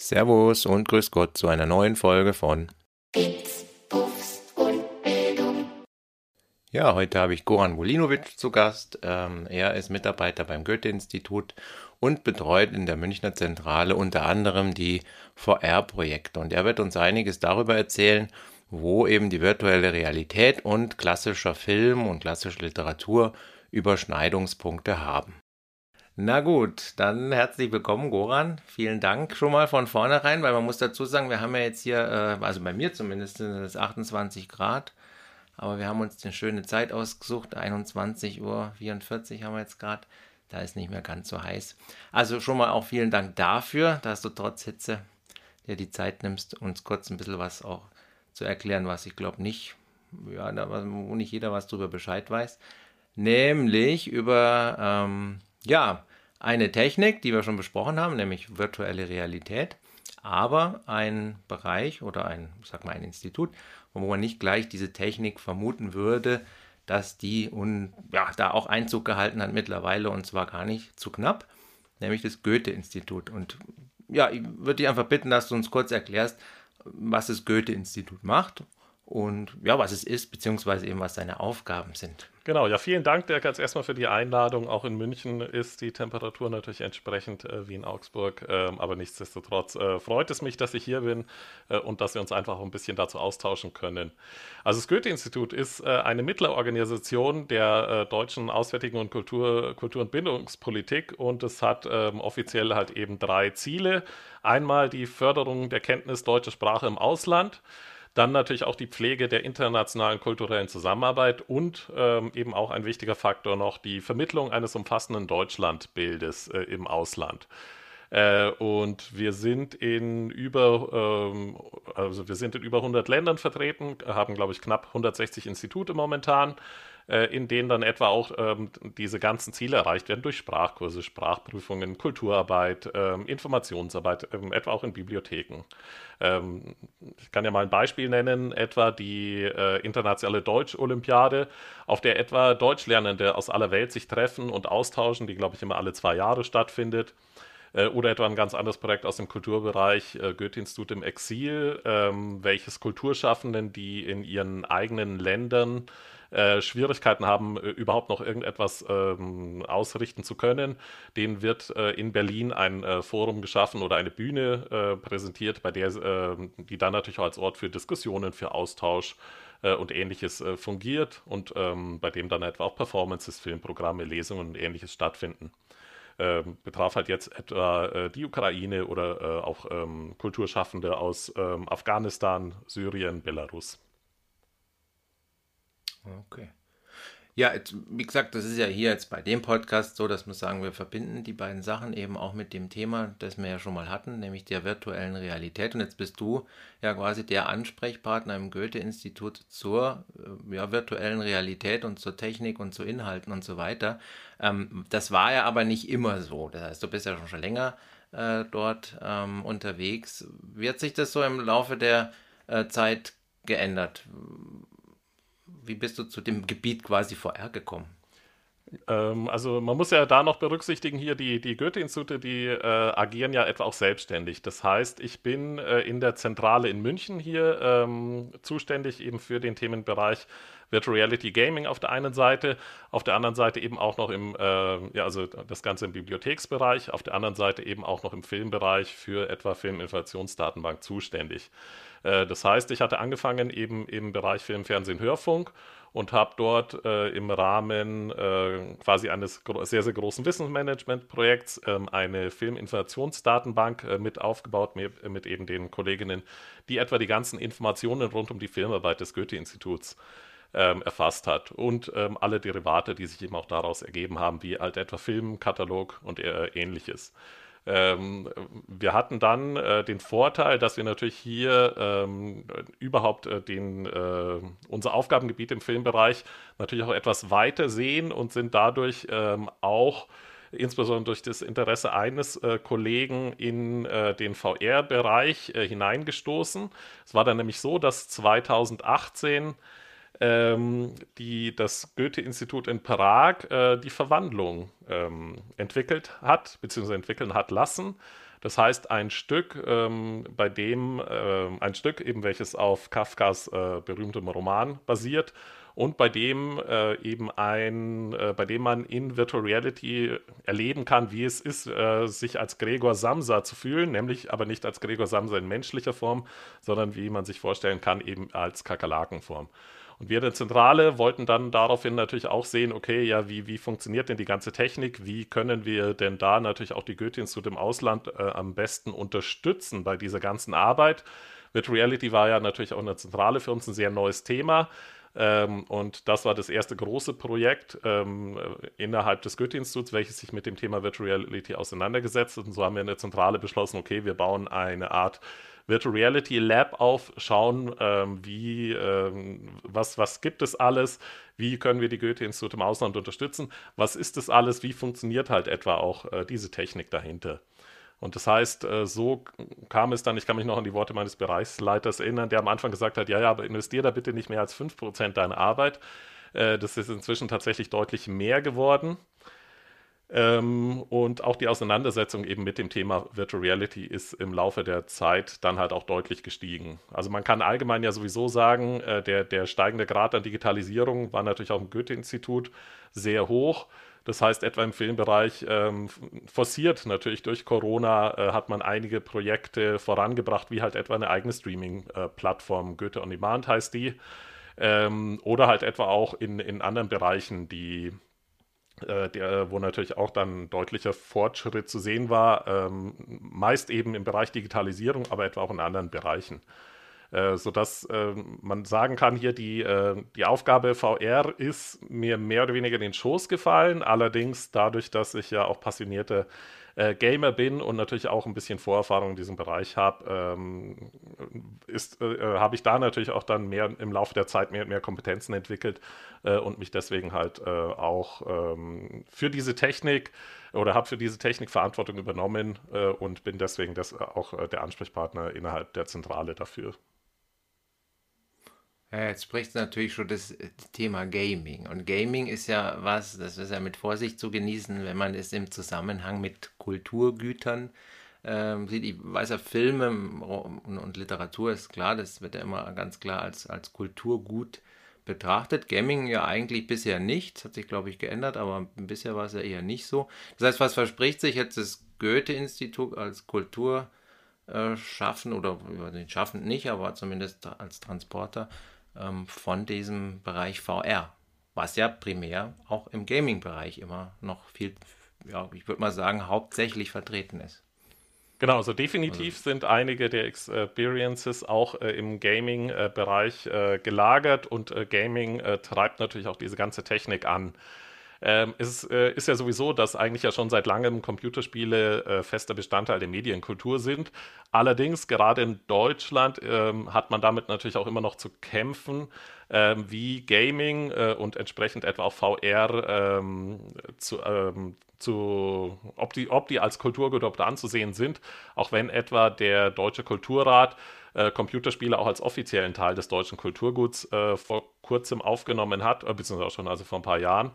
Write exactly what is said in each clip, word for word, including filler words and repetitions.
Servus und grüß Gott zu einer neuen Folge von Bits, Puffs und Bildung. Ja, heute habe ich Goran Vulinovic zu Gast. Ähm, er ist Mitarbeiter beim Goethe-Institut und betreut in der Münchner Zentrale unter anderem die V R-Projekte. Und er wird uns einiges darüber erzählen, wo eben die virtuelle Realität und klassischer Film und klassische Literatur Überschneidungspunkte haben. Na gut, dann herzlich willkommen, Goran. Vielen Dank schon mal von vornherein, weil man muss dazu sagen, wir haben ja jetzt hier, äh, also bei mir zumindest, sind es achtundzwanzig Grad, aber wir haben uns eine schöne Zeit ausgesucht, einundzwanzig Uhr vierundvierzig haben wir jetzt gerade, da ist nicht mehr ganz so heiß. Also schon mal auch vielen Dank dafür, dass du trotz Hitze dir die Zeit nimmst, uns kurz ein bisschen was auch zu erklären, was ich glaube nicht, ja, da, wo nicht jeder was drüber Bescheid weiß, nämlich über, ähm, ja, eine Technik, die wir schon besprochen haben, nämlich virtuelle Realität, aber ein Bereich oder ein, sag mal, ein Institut, wo man nicht gleich diese Technik vermuten würde, dass die un, ja, da auch Einzug gehalten hat mittlerweile und zwar gar nicht zu knapp, nämlich das Goethe-Institut. Und ja, ich würde dich einfach bitten, dass du uns kurz erklärst, was das Goethe-Institut macht und ja, was es ist, beziehungsweise eben was seine Aufgaben sind. Genau, ja, vielen Dank, Dirk, als erstmal für die Einladung. Auch in München ist die Temperatur natürlich entsprechend äh, wie in Augsburg, ähm, aber nichtsdestotrotz äh, freut es mich, dass ich hier bin äh, und dass wir uns einfach ein bisschen dazu austauschen können. Also das Goethe-Institut ist äh, eine Mittlerorganisation der äh, deutschen Auswärtigen und Kultur, Kultur- und Bildungspolitik und es hat ähm, offiziell halt eben drei Ziele. Einmal die Förderung der Kenntnis deutscher Sprache im Ausland. Dann natürlich auch die Pflege der internationalen kulturellen Zusammenarbeit und ähm, eben auch ein wichtiger Faktor noch die Vermittlung eines umfassenden Deutschlandbildes äh, im Ausland. Äh, und wir sind in über ähm, also wir sind in über hundert Ländern vertreten, haben glaube ich knapp hundertsechzig Institute momentan, äh, in denen dann etwa auch ähm, diese ganzen Ziele erreicht werden durch Sprachkurse, Sprachprüfungen, Kulturarbeit, ähm, Informationsarbeit, ähm, etwa auch in Bibliotheken. Ähm, ich kann ja mal ein Beispiel nennen, etwa die äh, internationale Deutsch-Olympiade, auf der etwa Deutschlernende aus aller Welt sich treffen und austauschen, die glaube ich immer alle zwei Jahre stattfindet. Äh, Oder etwa ein ganz anderes Projekt aus dem Kulturbereich, äh, Goethe-Institut im Exil, ähm, welches Kulturschaffenden, die in ihren eigenen Ländern äh, Schwierigkeiten haben, äh, überhaupt noch irgendetwas ähm, ausrichten zu können, denen wird äh, in Berlin ein äh, Forum geschaffen oder eine Bühne äh, präsentiert, bei der äh, die dann natürlich auch als Ort für Diskussionen, für Austausch äh, und Ähnliches äh, fungiert und ähm, bei dem dann etwa auch Performances, Filmprogramme, Lesungen und Ähnliches stattfinden. Ähm, betraf halt jetzt etwa äh, die Ukraine oder äh, auch ähm, Kulturschaffende aus ähm, Afghanistan, Syrien, Belarus. Okay. Ja, jetzt, wie gesagt, das ist ja hier jetzt bei dem Podcast so, dass wir sagen, wir verbinden die beiden Sachen eben auch mit dem Thema, das wir ja schon mal hatten, nämlich der virtuellen Realität. Und jetzt bist du ja quasi der Ansprechpartner im Goethe-Institut zur äh, ja, virtuellen Realität und zur Technik und zu Inhalten und so weiter. Ähm, das war ja aber nicht immer so. Das heißt, du bist ja schon, schon länger äh, dort ähm, unterwegs. Wie hat sich das so im Laufe der äh, Zeit geändert? Wie bist du zu dem Gebiet quasi V R gekommen? Ähm, also man muss ja da noch berücksichtigen, hier die, die Goethe-Institute, die äh, agieren ja etwa auch selbstständig. Das heißt, ich bin äh, in der Zentrale in München hier ähm, zuständig eben für den Themenbereich Virtual Reality Gaming auf der einen Seite, auf der anderen Seite eben auch noch im, äh, ja, also das Ganze im Bibliotheksbereich, auf der anderen Seite eben auch noch im Filmbereich für etwa Filminformationsdatenbank zuständig. Äh, das heißt, ich hatte angefangen eben im Bereich Film, Fernsehen, Hörfunk und habe dort äh, im Rahmen äh, quasi eines gro- sehr, sehr großen Wissensmanagement-Projekts ähm, eine Filminformationsdatenbank äh, mit aufgebaut, mit, mit eben den Kolleginnen, die etwa die ganzen Informationen rund um die Filmarbeit des Goethe-Instituts ähm, erfasst hat und ähm, alle Derivate, die sich eben auch daraus ergeben haben, wie halt etwa Film, Katalog und äh, ähnliches. Ähm, wir hatten dann äh, den Vorteil, dass wir natürlich hier ähm, überhaupt äh, den, äh, unser Aufgabengebiet im Filmbereich natürlich auch etwas weiter sehen und sind dadurch ähm, auch insbesondere durch das Interesse eines äh, Kollegen in äh, den V R-Bereich äh, hineingestoßen. Es war dann nämlich so, dass zweitausendachtzehn ähm, die, das Goethe-Institut in Prag äh, die Verwandlung ähm, entwickelt hat, beziehungsweise entwickeln hat lassen. Das heißt, ein Stück, ähm, bei dem, äh, ein Stück eben, welches auf Kafkas äh, berühmtem Roman basiert und bei dem äh, eben ein, äh, bei dem man in Virtual Reality erleben kann, wie es ist, äh, sich als Gregor Samsa zu fühlen, nämlich aber nicht als Gregor Samsa in menschlicher Form, sondern wie man sich vorstellen kann, eben als Kakerlakenform. Und wir in der Zentrale wollten dann daraufhin natürlich auch sehen, okay, ja, wie, wie funktioniert denn die ganze Technik? Wie können wir denn da natürlich auch die Goethe-Institute im Ausland äh, am besten unterstützen bei dieser ganzen Arbeit? Virtual Reality war ja natürlich auch in der Zentrale für uns ein sehr neues Thema. Ähm, und das war das erste große Projekt ähm, innerhalb des Goethe-Instituts, welches sich mit dem Thema Virtual Reality auseinandergesetzt hat. Und so haben wir in der Zentrale beschlossen, okay, wir bauen eine Art Virtual Reality Lab auf, schauen, ähm, wie, ähm, was, was gibt es alles, wie können wir die Goethe-Institute im Ausland unterstützen, was ist das alles, wie funktioniert halt etwa auch äh, diese Technik dahinter. Und das heißt, äh, so kam es dann, ich kann mich noch an die Worte meines Bereichsleiters erinnern, der am Anfang gesagt hat, ja, ja, aber investier da bitte nicht mehr als fünf Prozent deiner Arbeit. Äh, das ist inzwischen tatsächlich deutlich mehr geworden. Ähm, und auch die Auseinandersetzung eben mit dem Thema Virtual Reality ist im Laufe der Zeit dann halt auch deutlich gestiegen. Also man kann allgemein ja sowieso sagen, äh, der, der steigende Grad an Digitalisierung war natürlich auch im Goethe-Institut sehr hoch. Das heißt, etwa im Filmbereich ähm, forciert natürlich durch Corona äh, hat man einige Projekte vorangebracht, wie halt etwa eine eigene Streaming-Plattform, Goethe On Demand heißt die, ähm, oder halt etwa auch in, in anderen Bereichen, die Der, wo natürlich auch dann deutlicher Fortschritt zu sehen war, ähm, meist eben im Bereich Digitalisierung, aber etwa auch in anderen Bereichen. Äh, sodass äh, man sagen kann, hier die, äh, die Aufgabe V R ist mir mehr oder weniger in den Schoß gefallen, allerdings dadurch, dass ich ja auch passionierte äh, Gamer bin und natürlich auch ein bisschen Vorerfahrung in diesem Bereich habe, ähm, ist, äh, habe ich da natürlich auch dann mehr im Laufe der Zeit mehr und mehr Kompetenzen entwickelt äh, und mich deswegen halt äh, auch ähm, für diese Technik oder habe für diese Technik Verantwortung übernommen äh, und bin deswegen das auch äh, der Ansprechpartner innerhalb der Zentrale dafür. Ja, jetzt sprichst du natürlich schon das äh, Thema Gaming. Und Gaming ist ja was, das ist ja mit Vorsicht zu genießen, wenn man es im Zusammenhang mit Kulturgütern ähm, sieht. Ich weiß ja, Filme und, und Literatur ist klar, das wird ja immer ganz klar als, als Kulturgut betrachtet. Gaming ja eigentlich bisher nicht, das hat sich glaube ich geändert, aber bisher war es ja eher nicht so. Das heißt, was verspricht sich jetzt das Goethe-Institut als Kultur äh, schaffen oder nicht schaffen nicht, aber zumindest als Transporter ähm, von diesem Bereich V R, was ja primär auch im Gaming-Bereich immer noch viel, ja, ich würde mal sagen, hauptsächlich vertreten ist. Genau, also definitiv Also, sind einige der Experiences auch äh, im Gaming-Bereich äh, gelagert und äh, Gaming äh, treibt natürlich auch diese ganze Technik an. Ähm, es äh, ist ja sowieso, dass eigentlich ja schon seit langem Computerspiele äh, fester Bestandteil der Medienkultur sind. Allerdings, gerade in Deutschland, ähm, hat man damit natürlich auch immer noch zu kämpfen, ähm, wie Gaming äh, und entsprechend etwa auch V R ähm, zu, ähm, zu, ob die, ob die als Kulturgut überhaupt anzusehen sind, auch wenn etwa der Deutsche Kulturrat äh, Computerspiele auch als offiziellen Teil des deutschen Kulturguts äh, vor kurzem aufgenommen hat, äh, beziehungsweise auch schon also vor ein paar Jahren.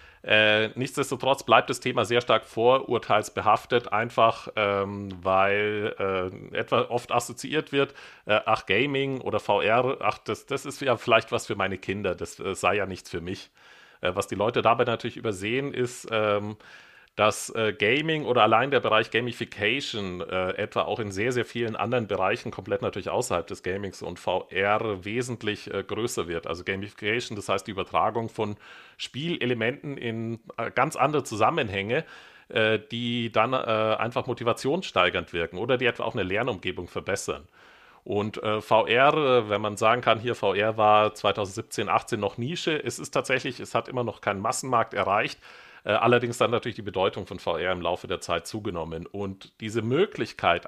Äh, nichtsdestotrotz bleibt das Thema sehr stark vorurteilsbehaftet, einfach ähm, weil äh, etwa oft assoziiert wird, äh, ach Gaming oder V R, ach das, das ist ja vielleicht was für meine Kinder, das äh, sei ja nichts für mich. Äh, was die Leute dabei natürlich übersehen ist, ähm, dass äh, Gaming oder allein der Bereich Gamification äh, etwa auch in sehr, sehr vielen anderen Bereichen, komplett natürlich außerhalb des Gamings und V R, wesentlich äh, größer wird. Also Gamification, das heißt die Übertragung von Spielelementen in äh, ganz andere Zusammenhänge, äh, die dann äh, einfach motivationssteigernd wirken oder die etwa auch eine Lernumgebung verbessern. Und äh, V R, äh, wenn man sagen kann, hier V R war zwanzig siebzehn, achtzehn noch Nische, es ist tatsächlich, es hat immer noch keinen Massenmarkt erreicht. Äh, allerdings dann natürlich die Bedeutung von V R im Laufe der Zeit zugenommen. Und diese Möglichkeit, ein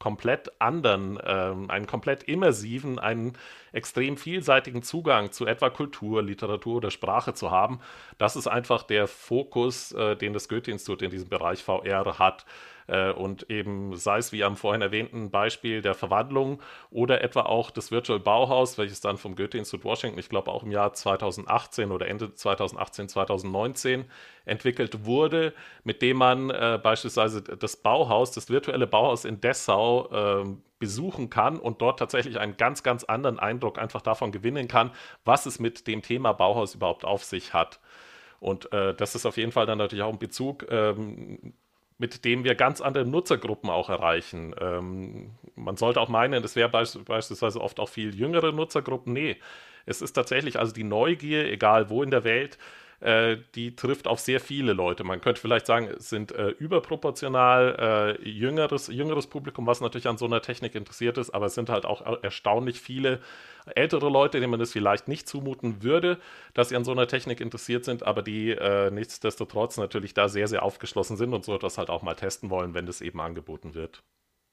komplett anderen, ähm, einen komplett immersiven, einen extrem vielseitigen Zugang zu etwa Kultur, Literatur oder Sprache zu haben. Das ist einfach der Fokus, äh, den das Goethe-Institut in diesem Bereich V R hat. Äh, und eben sei es wie am vorhin erwähnten Beispiel der Verwandlung oder etwa auch das Virtual Bauhaus, welches dann vom Goethe-Institut Washington, ich glaube auch im Jahr zweitausendachtzehn oder Ende zweitausendachtzehn, zweitausendneunzehn entwickelt wurde, mit dem man äh, beispielsweise das Bauhaus, das virtuelle Bauhaus in Dessau äh, besuchen kann und dort tatsächlich einen ganz, ganz anderen Eindruck einfach davon gewinnen kann, was es mit dem Thema Bauhaus überhaupt auf sich hat. Und äh, das ist auf jeden Fall dann natürlich auch ein Bezug, ähm, mit dem wir ganz andere Nutzergruppen auch erreichen. Ähm, man sollte auch meinen, es wäre beisch beispielsweise oft auch viel jüngere Nutzergruppen. Nee, es ist tatsächlich also die Neugier, egal wo in der Welt, äh, die trifft auf sehr viele Leute. Man könnte vielleicht sagen, es sind äh, überproportional äh, jüngeres, jüngeres Publikum, was natürlich an so einer Technik interessiert ist, aber es sind halt auch erstaunlich viele ältere Leute, denen man es vielleicht nicht zumuten würde, dass sie an so einer Technik interessiert sind, aber die äh, nichtsdestotrotz natürlich da sehr, sehr aufgeschlossen sind und so etwas halt auch mal testen wollen, wenn das eben angeboten wird.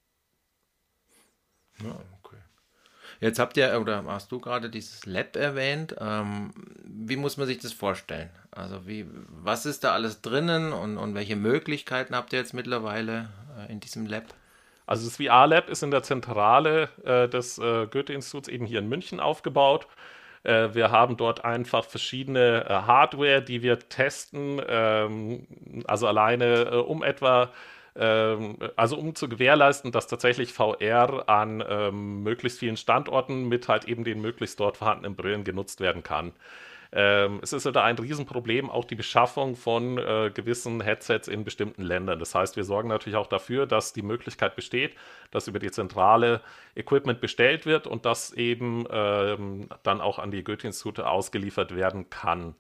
Ja, okay. Jetzt habt ihr, oder hast du gerade dieses Lab erwähnt. Ähm, wie muss man sich das vorstellen? Also wie, was ist da alles drinnen und, und welche Möglichkeiten habt ihr jetzt mittlerweile äh, in diesem Lab? Also das V R-Lab ist in der Zentrale äh, des äh, Goethe-Instituts eben hier in München aufgebaut. Äh, wir haben dort einfach verschiedene äh, Hardware, die wir testen, ähm, also alleine äh, um etwa, ähm, also um zu gewährleisten, dass tatsächlich V R an ähm, möglichst vielen Standorten mit halt eben den möglichst dort vorhandenen Brillen genutzt werden kann. Ähm, es ist da ein Riesenproblem, auch die Beschaffung von äh, gewissen Headsets in bestimmten Ländern. Das heißt, wir sorgen natürlich auch dafür, dass die Möglichkeit besteht, dass über die Zentrale Equipment bestellt wird und das eben ähm, dann auch an die Goethe-Institute ausgeliefert werden kann.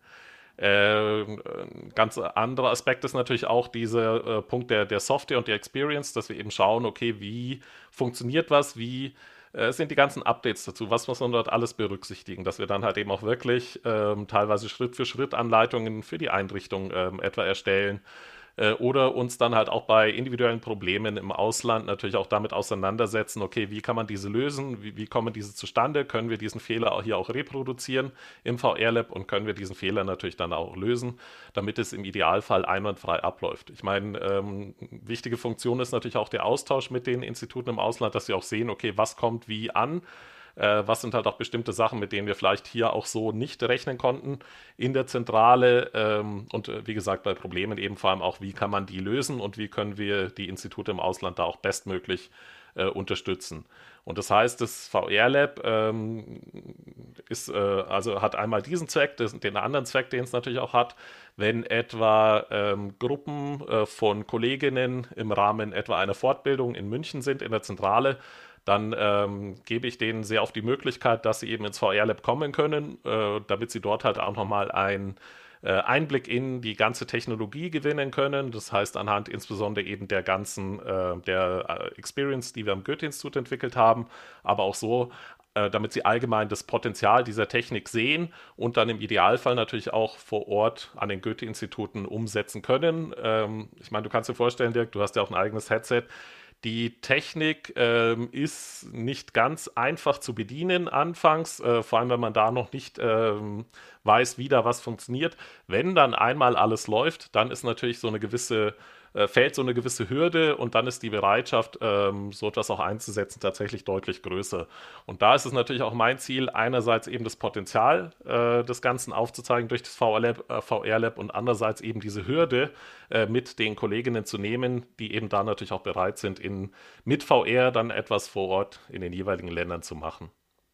Äh, ein ganz anderer Aspekt ist natürlich auch dieser äh, Punkt der, der Software und der Experience, dass wir eben schauen, okay, wie funktioniert was, wie äh, sind die ganzen Updates dazu, was muss man dort alles berücksichtigen, dass wir dann halt eben auch wirklich ähm, teilweise Schritt für Schritt Anleitungen für die Einrichtung ähm, etwa erstellen äh, oder uns dann halt auch bei individuellen Problemen im Ausland natürlich auch damit auseinandersetzen, okay, wie kann man diese lösen, wie, wie kommen diese zustande, können wir diesen Fehler auch hier auch reproduzieren im V R-Lab und können wir diesen Fehler natürlich dann auch lösen, damit es im Idealfall einwandfrei abläuft. Ich meine, ähm, wichtige Funktion ist natürlich auch der Austausch mit den Instituten im Ausland, dass sie auch sehen, okay, was kommt wie an, äh, was sind halt auch bestimmte Sachen, mit denen wir vielleicht hier auch so nicht rechnen konnten in der Zentrale ähm, und äh, wie gesagt bei Problemen eben vor allem auch, wie kann man die lösen und wie können wir die Institute im Ausland da auch bestmöglich äh, unterstützen. Und das heißt, das V R-Lab ähm, ist, äh, also hat einmal diesen Zweck, das, den anderen Zweck, den es natürlich auch hat, wenn etwa ähm, Gruppen äh, von Kolleginnen im Rahmen etwa einer Fortbildung in München sind, in der Zentrale, dann ähm, gebe ich denen sehr oft die Möglichkeit, dass sie eben ins V R-Lab kommen können, äh, damit sie dort halt auch nochmal ein äh, Einblick in die ganze Technologie gewinnen können. Das heißt, anhand insbesondere eben der ganzen äh, der äh, Experience, die wir am Goethe-Institut entwickelt haben, aber auch so, äh, damit sie allgemein das Potenzial dieser Technik sehen und dann im Idealfall natürlich auch vor Ort an den Goethe-Instituten umsetzen können. Ähm, ich meine, du kannst dir vorstellen, Dirk, du hast ja auch ein eigenes Headset. Die Technik ähm, ist nicht ganz einfach zu bedienen anfangs, äh, vor allem wenn man da noch nicht ähm, weiß, wie da was funktioniert. Wenn dann einmal alles läuft, dann ist natürlich so eine gewisse, äh, fällt so eine gewisse Hürde und dann ist die Bereitschaft, ähm, so etwas auch einzusetzen, tatsächlich deutlich größer. Und da ist es natürlich auch mein Ziel, einerseits eben das Potenzial äh, des Ganzen aufzuzeigen durch das V R-Lab, äh, V R-Lab und andererseits eben diese Hürde äh, mit den Kolleginnen zu nehmen, die eben da natürlich auch bereit sind, in, mit V R dann etwas vor Ort in den jeweiligen Ländern zu machen.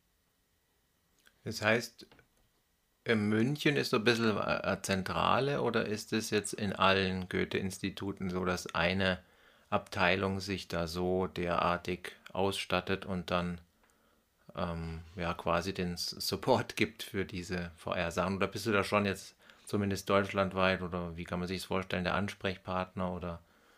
Das heißt, in München ist so ein bisschen eine Zentrale oder ist es jetzt in allen Goethe-Instituten so, dass eine Abteilung sich da so derartig ausstattet und dann ähm, ja quasi den S- Support gibt für diese V R-Sachen? Oder bist du da schon jetzt zumindest deutschlandweit oder wie kann man sich das vorstellen, der Ansprechpartner oder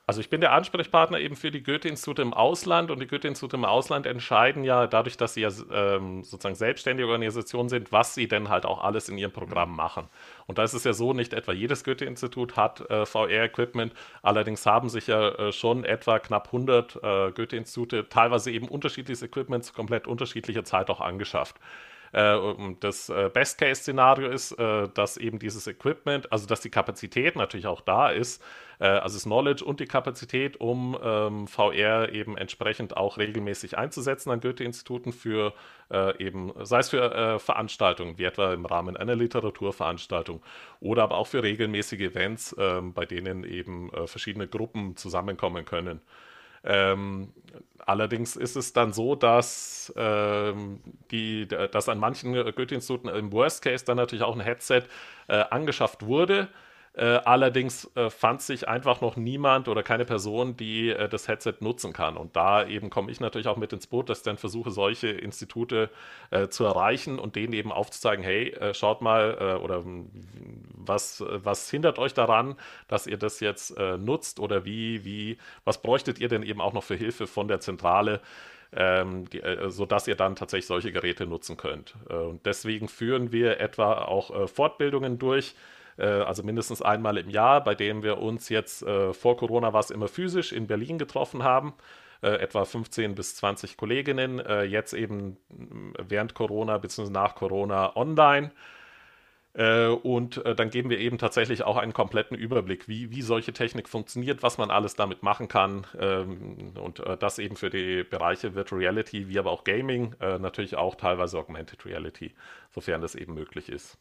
Also ich bin der Ansprechpartner eben für die Goethe-Institute im Ausland und die Goethe-Institute im Ausland entscheiden ja dadurch, dass sie ja ähm, sozusagen selbstständige Organisationen sind, was sie denn halt auch alles in ihrem Programm machen. Und da ist es ja so, nicht etwa jedes Goethe-Institut hat äh, V R-Equipment, allerdings haben sich ja äh, schon etwa knapp hundert äh, Goethe-Institute teilweise eben unterschiedliches Equipment zu komplett unterschiedlicher Zeit auch angeschafft. Äh, und das äh, Best-Case-Szenario ist, äh, dass eben dieses Equipment, also dass die Kapazität natürlich auch da ist, äh, also das Knowledge und die Kapazität, um ähm, V R eben entsprechend auch regelmäßig einzusetzen an Goethe-Instituten für äh, eben, sei es für äh, Veranstaltungen, wie etwa im Rahmen einer Literaturveranstaltung oder aber auch für regelmäßige Events, äh, bei denen eben äh, verschiedene Gruppen zusammenkommen können. Ähm, allerdings ist es dann so, dass, ähm, die, dass an manchen Goethe-Instituten im Worst Case dann natürlich auch ein Headset äh, angeschafft wurde. Äh, allerdings äh, fand sich einfach noch niemand oder keine Person, die äh, das Headset nutzen kann. Und da eben komme ich natürlich auch mit ins Boot, dass ich dann versuche, solche Institute äh, zu erreichen und denen eben aufzuzeigen, hey, äh, schaut mal, äh, oder was, was hindert euch daran, dass ihr das jetzt äh, nutzt oder wie, wie, was bräuchtet ihr denn eben auch noch für Hilfe von der Zentrale, ähm, die, äh, sodass ihr dann tatsächlich solche Geräte nutzen könnt. Äh, und deswegen führen wir etwa auch äh, Fortbildungen durch, also mindestens einmal im Jahr, bei denen wir uns jetzt, äh, vor Corona war es immer physisch, in Berlin getroffen haben, äh, etwa fünfzehn bis zwanzig Kolleginnen, äh, jetzt eben während Corona bzw. nach Corona online. Äh, und äh, dann geben wir eben tatsächlich auch einen kompletten Überblick, wie, wie solche Technik funktioniert, was man alles damit machen kann, ähm, und äh, das eben für die Bereiche Virtual Reality, wie aber auch Gaming, äh, natürlich auch teilweise Augmented Reality, sofern das eben möglich ist.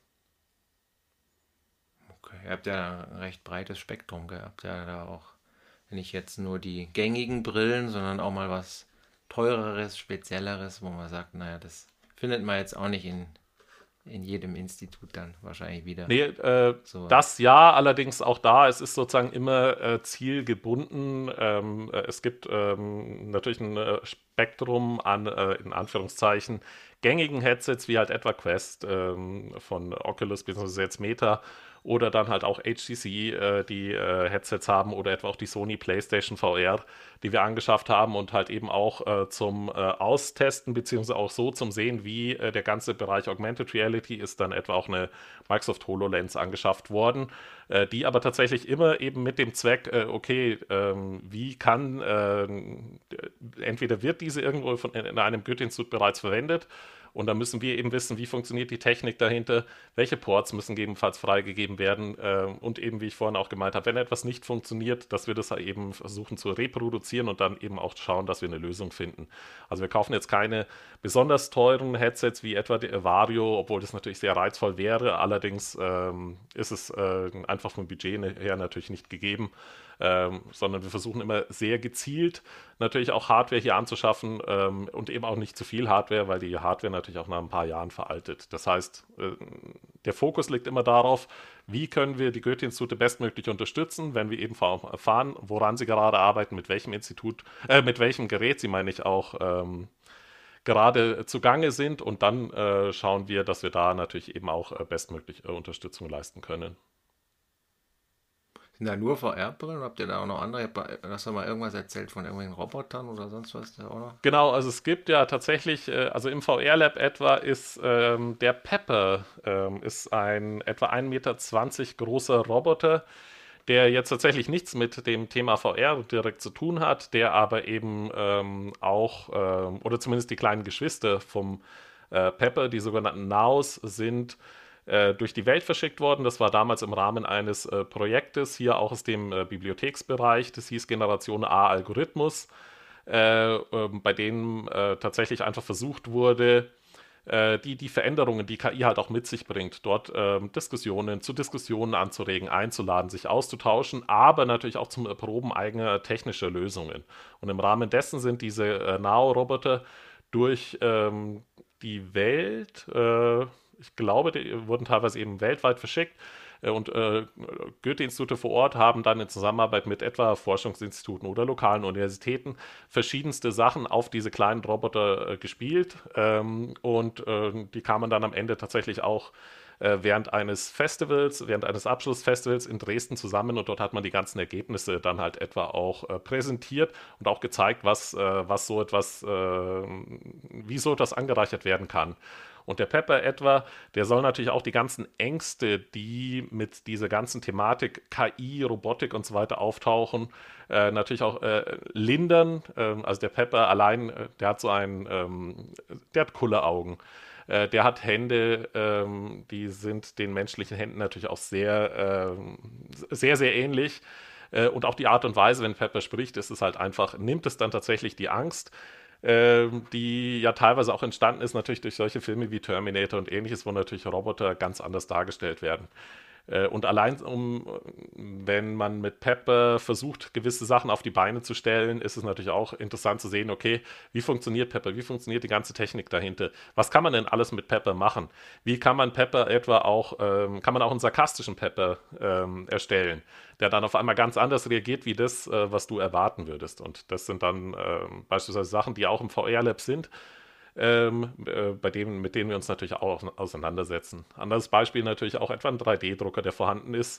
Okay, ihr habt ja ein recht breites Spektrum gehabt. Ja, da auch nicht jetzt nur die gängigen Brillen, sondern auch mal was teureres, spezielleres, wo man sagt, naja, das findet man jetzt auch nicht in, in jedem Institut dann wahrscheinlich wieder. Nee, äh, So, das ja, allerdings auch da, es ist sozusagen immer äh, zielgebunden. Ähm, äh, es gibt ähm, natürlich ein äh, Spektrum an, äh, in Anführungszeichen, gängigen Headsets, wie halt etwa Quest ähm, von Oculus bzw. jetzt Meta oder dann halt auch H T C, äh, die äh, Headsets haben oder etwa auch die Sony PlayStation V R, die wir angeschafft haben und halt eben auch äh, zum äh, Austesten beziehungsweise auch so zum Sehen, wie äh, der ganze Bereich Augmented Reality ist dann etwa auch eine Microsoft HoloLens angeschafft worden, äh, die aber tatsächlich immer eben mit dem Zweck, äh, okay, ähm, wie kann, äh, entweder wird diese irgendwo von, in einem Goethe-Institut bereits verwendet. Und da müssen wir eben wissen, wie funktioniert die Technik dahinter, welche Ports müssen gegebenenfalls freigegeben werden äh, und eben, wie ich vorhin auch gemeint habe, wenn etwas nicht funktioniert, dass wir das eben versuchen zu reproduzieren und dann eben auch schauen, dass wir eine Lösung finden. Also wir kaufen jetzt keine besonders teuren Headsets wie etwa die Vario, obwohl das natürlich sehr reizvoll wäre. Allerdings ähm, ist es äh, einfach vom Budget her natürlich nicht gegeben. Ähm, sondern wir versuchen immer sehr gezielt natürlich auch Hardware hier anzuschaffen, ähm, und eben auch nicht zu viel Hardware, weil die Hardware natürlich auch nach ein paar Jahren veraltet. Das heißt, äh, der Fokus liegt immer darauf, wie können wir die Goethe-Institute bestmöglich unterstützen, wenn wir eben erfahren, woran sie gerade arbeiten, mit welchem Institut, äh, mit welchem Gerät sie, meine ich, auch ähm, gerade zugange sind, und dann äh, schauen wir, dass wir da natürlich eben auch äh, bestmöglich äh, Unterstützung leisten können. sind da nur V R-Brillen? Habt ihr da auch noch andere? Ich hab, hast du mal irgendwas erzählt von irgendwelchen Robotern oder sonst was da auch noch? Genau, also es gibt ja tatsächlich, äh, also im V R-Lab etwa ist ähm, der Pepper, ähm, ist ein etwa ein Meter zwanzig großer Roboter, der jetzt tatsächlich nichts mit dem Thema V R direkt zu tun hat, der aber eben ähm, auch, ähm, oder zumindest die kleinen Geschwister vom äh, Pepper, die sogenannten Naus, sind äh, durch die Welt verschickt worden. Das war damals im Rahmen eines äh, Projektes, hier auch aus dem äh, Bibliotheksbereich. Das hieß Generation A Algorithmus, äh, äh, bei denen äh, tatsächlich einfach versucht wurde, äh, die, die Veränderungen, die K I halt auch mit sich bringt, dort ähm, Diskussionen, zu Diskussionen anzuregen, einzuladen, sich auszutauschen, aber natürlich auch zum Erproben eigener technischer Lösungen. Und im Rahmen dessen sind diese äh, Nao-Roboter durch ähm, die Welt, äh, ich glaube, die wurden teilweise eben weltweit verschickt, äh, und äh, Goethe-Institute vor Ort haben dann in Zusammenarbeit mit etwa Forschungsinstituten oder lokalen Universitäten verschiedenste Sachen auf diese kleinen Roboter äh, gespielt, ähm, und äh, die kamen dann am Ende tatsächlich auch äh, während eines Festivals, während eines Abschlussfestivals in Dresden zusammen und dort hat man die ganzen Ergebnisse dann halt etwa auch äh, präsentiert und auch gezeigt, was, äh, was so etwas, äh, wie so etwas angereichert werden kann. Und der Pepper etwa, der soll natürlich auch die ganzen Ängste, die mit dieser ganzen Thematik K I, Robotik und so weiter auftauchen, äh, natürlich auch äh, lindern. Ähm, also der Pepper allein, äh, der hat so ein, ähm, der hat Kulleraugen. Äh, der hat Hände, ähm, die sind den menschlichen Händen natürlich auch sehr, ähm, sehr, sehr ähnlich. Äh, und auch die Art und Weise, wenn Pepper spricht, ist es halt einfach, nimmt es dann tatsächlich die Angst, ähm, die ja teilweise auch entstanden ist, natürlich durch solche Filme wie Terminator und ähnliches, wo natürlich Roboter ganz anders dargestellt werden. Äh, und allein, um, wenn man mit Pepper versucht, gewisse Sachen auf die Beine zu stellen, ist es natürlich auch interessant zu sehen, okay, wie funktioniert Pepper, wie funktioniert die ganze Technik dahinter? Was kann man denn alles mit Pepper machen? Wie kann man Pepper etwa auch, ähm, kann man auch einen sarkastischen Pepper ähm, erstellen, der dann auf einmal ganz anders reagiert, wie das, äh, was du erwarten würdest. Und das sind dann ähm, beispielsweise Sachen, die auch im V R-Lab sind, ähm, äh, bei denen, mit denen wir uns natürlich auch auseinandersetzen. Anderes Beispiel natürlich auch etwa ein drei D-Drucker, der vorhanden ist,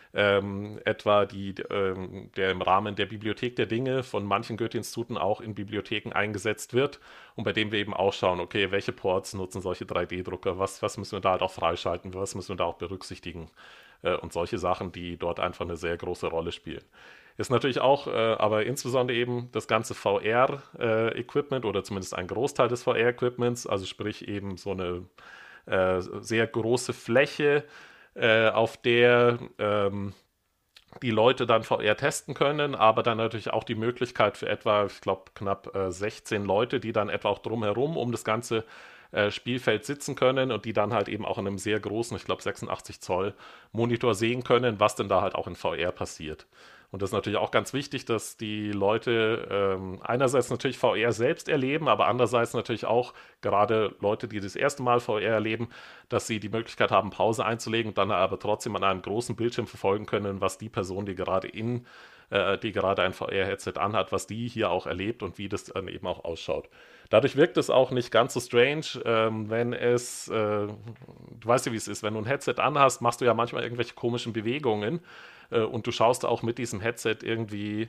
ähm, etwa die, ähm, der im Rahmen der Bibliothek der Dinge von manchen Goethe-Instituten auch in Bibliotheken eingesetzt wird und bei dem wir eben auch schauen, okay, welche Ports nutzen solche drei D-Drucker, was, was müssen wir da halt auch freischalten, was müssen wir da auch berücksichtigen äh, und solche Sachen, die dort einfach eine sehr große Rolle spielen. Ist natürlich auch, äh, aber insbesondere eben das ganze V R-Equipment äh, oder zumindest ein Großteil des V R-Equipments, also sprich eben so eine äh, sehr große Fläche, äh, auf der ähm, die Leute dann V R testen können, aber dann natürlich auch die Möglichkeit für etwa, ich glaube, knapp äh, sechzehn Leute, die dann etwa auch drumherum um das ganze äh, Spielfeld sitzen können und die dann halt eben auch in einem sehr großen, ich glaube sechsundachtzig Zoll Monitor sehen können, was denn da halt auch in V R passiert. Und das ist natürlich auch ganz wichtig, dass die Leute ähm, einerseits natürlich V R selbst erleben, aber andererseits natürlich auch gerade Leute, die das erste Mal V R erleben, dass sie die Möglichkeit haben, Pause einzulegen und dann aber trotzdem an einem großen Bildschirm verfolgen können, was die Person, die gerade in, äh, die gerade ein V R-Headset anhat, was die hier auch erlebt und wie das dann eben auch ausschaut. Dadurch wirkt es auch nicht ganz so strange, ähm, wenn es, äh, du weißt ja, wie es ist, wenn du ein Headset anhast, machst du ja manchmal irgendwelche komischen Bewegungen äh, und du schaust auch mit diesem Headset irgendwie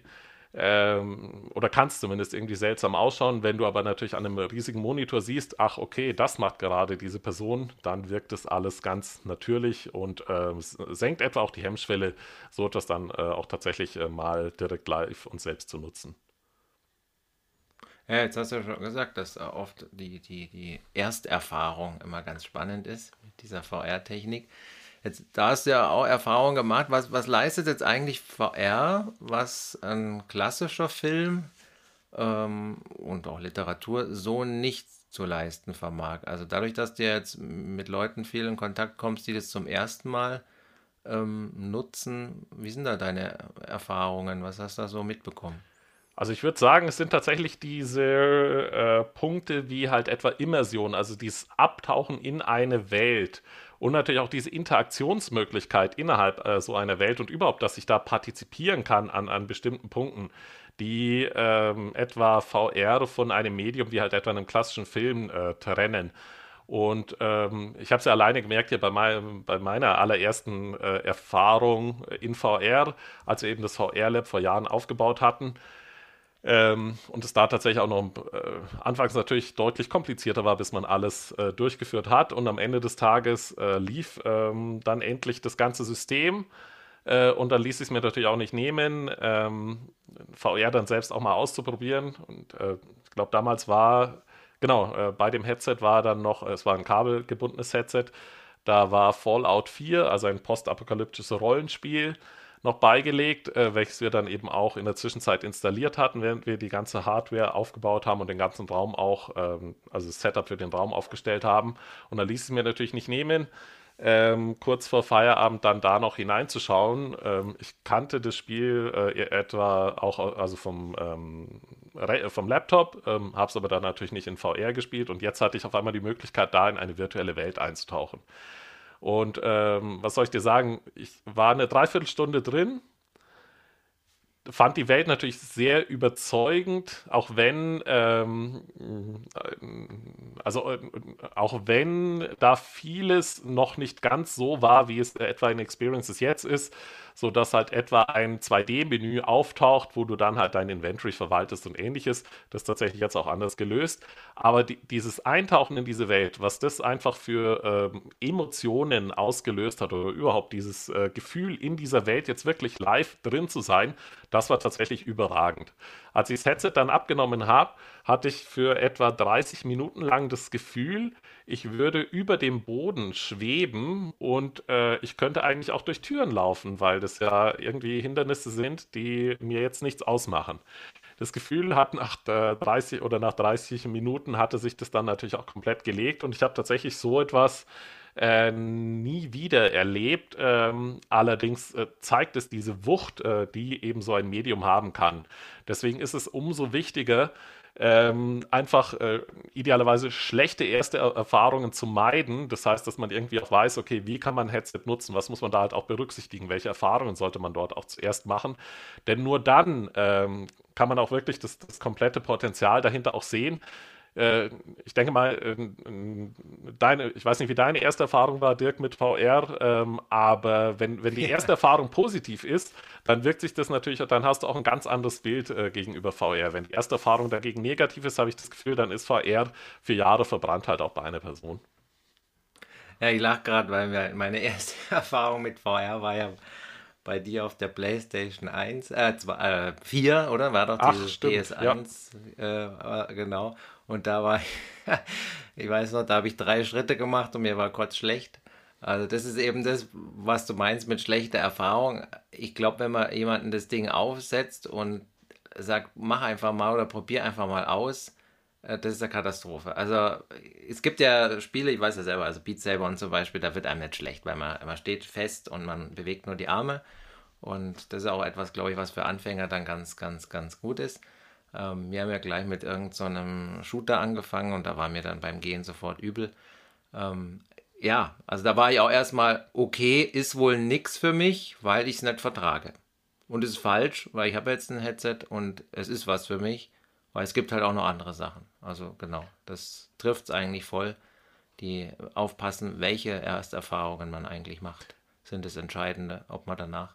ähm, oder kannst zumindest irgendwie seltsam ausschauen. Wenn du aber natürlich an einem riesigen Monitor siehst, ach okay, das macht gerade diese Person, dann wirkt das alles ganz natürlich und ähm, senkt etwa auch die Hemmschwelle, so etwas dann äh, auch tatsächlich äh, mal direkt live und selbst zu nutzen. Ja, jetzt hast du schon gesagt, dass äh, oft die, die, die Ersterfahrung immer ganz spannend ist mit dieser V R-Technik. Jetzt, da hast du ja auch Erfahrung gemacht. Was, was leistet jetzt eigentlich V R, was ein klassischer Film ähm, und auch Literatur so nicht zu leisten vermag? Also dadurch, dass du jetzt mit Leuten viel in Kontakt kommst, die das zum ersten Mal ähm, nutzen, wie sind da deine Erfahrungen? Was hast du da so mitbekommen? Also ich würde sagen, es sind tatsächlich diese äh, Punkte wie halt etwa Immersion, also dieses Abtauchen in eine Welt und natürlich auch diese Interaktionsmöglichkeit innerhalb äh, so einer Welt und überhaupt, dass ich da partizipieren kann an, an bestimmten Punkten, die ähm, etwa V R von einem Medium wie halt etwa einem klassischen Film äh, trennen. Und ähm, ich habe es ja alleine gemerkt hier bei, mein, bei meiner allerersten äh, Erfahrung in V R, als wir eben das V R-Lab vor Jahren aufgebaut hatten. Ähm, und es da tatsächlich auch noch äh, anfangs natürlich deutlich komplizierter war, bis man alles äh, durchgeführt hat. Und am Ende des Tages äh, lief ähm, dann endlich das ganze System. Äh, und dann ließ ich es mir natürlich auch nicht nehmen, ähm, V R dann selbst auch mal auszuprobieren. Und äh, ich glaube, damals war, genau, äh, bei dem Headset war dann noch, es war ein kabelgebundenes Headset, da war Fallout vier, also ein postapokalyptisches Rollenspiel, noch beigelegt, äh, welches wir dann eben auch in der Zwischenzeit installiert hatten, während wir die ganze Hardware aufgebaut haben und den ganzen Raum auch, ähm, also das Setup für den Raum aufgestellt haben. Und da ließ es mir natürlich nicht nehmen, ähm, kurz vor Feierabend dann da noch hineinzuschauen. Ähm, ich kannte das Spiel äh, etwa auch also vom, ähm, vom Laptop, ähm, habe es aber dann natürlich nicht in V R gespielt und jetzt hatte ich auf einmal die Möglichkeit, da in eine virtuelle Welt einzutauchen. Und ähm, was soll ich dir sagen? Ich war eine Dreiviertelstunde drin. fand die Welt natürlich sehr überzeugend, auch wenn, ähm, also äh, auch wenn da vieles noch nicht ganz so war, wie es etwa in Experiences jetzt ist, so dass halt etwa ein zwei D-Menü auftaucht, wo du dann halt dein Inventory verwaltest und ähnliches. Das ist tatsächlich jetzt auch anders gelöst. Aber die, dieses Eintauchen in diese Welt, was das einfach für ähm, Emotionen ausgelöst hat oder überhaupt dieses äh, Gefühl in dieser Welt jetzt wirklich live drin zu sein, das war tatsächlich überragend. Als ich das Headset dann abgenommen habe, hatte ich für etwa dreißig Minuten lang das Gefühl, ich würde über dem Boden schweben und äh, ich könnte eigentlich auch durch Türen laufen, weil das ja irgendwie Hindernisse sind, die mir jetzt nichts ausmachen. Das Gefühl hat nach äh, dreißig oder nach dreißig Minuten hatte sich das dann natürlich auch komplett gelegt und ich habe tatsächlich so etwas äh, nie wieder erlebt. Ähm, allerdings äh, zeigt es diese Wucht, äh, die eben so ein Medium haben kann. Deswegen ist es umso wichtiger, ähm, einfach äh, idealerweise schlechte erste Er- Erfahrungen zu meiden. Das heißt, dass man irgendwie auch weiß, okay, wie kann man ein Headset nutzen? Was muss man da halt auch berücksichtigen? Welche Erfahrungen sollte man dort auch zuerst machen? Denn nur dann ähm, kann man auch wirklich das, das komplette Potenzial dahinter auch sehen. Äh, ich denke mal, äh, deine, ich weiß nicht, wie deine erste Erfahrung war, Dirk, mit V R, ähm, aber wenn, wenn die erste Erfahrung positiv ist, dann wirkt sich das natürlich, dann hast du auch ein ganz anderes Bild äh, gegenüber V R. Wenn die erste Erfahrung dagegen negativ ist, habe ich das Gefühl, dann ist V R für Jahre verbrannt halt auch bei einer Person. Ja, ich lache gerade, weil wir, meine erste Erfahrung mit V R war ja bei dir auf der PlayStation eins, äh, zwei, äh vier, oder? War doch Ach, dieses stimmt, ja. P S eins, äh, äh, genau. Und da war ich, ich weiß noch, da habe ich drei Schritte gemacht und mir war kurz schlecht. Also das ist eben das, was du meinst mit schlechter Erfahrung. Ich glaube, wenn man jemanden das Ding aufsetzt und sagt, mach einfach mal oder probier einfach mal aus, äh, das ist eine Katastrophe. Also es gibt ja Spiele, ich weiß ja selber, also Beat Saber und zum Beispiel, da wird einem nicht schlecht, weil man, man steht fest und man bewegt nur die Arme. Und das ist auch etwas, glaube ich, was für Anfänger dann ganz, ganz, ganz gut ist. Ähm, wir haben ja gleich mit irgendeinem so einem Shooter angefangen und da war mir dann beim Gehen sofort übel. Ähm, ja, also da war ich auch erstmal, okay, ist wohl nix für mich, weil ich es nicht vertrage. Und es ist falsch, weil ich habe jetzt ein Headset und es ist was für mich, weil es gibt halt auch noch andere Sachen. Also genau, das trifft es eigentlich voll. Die aufpassen, welche Ersterfahrungen man eigentlich macht, sind das Entscheidende, ob man danach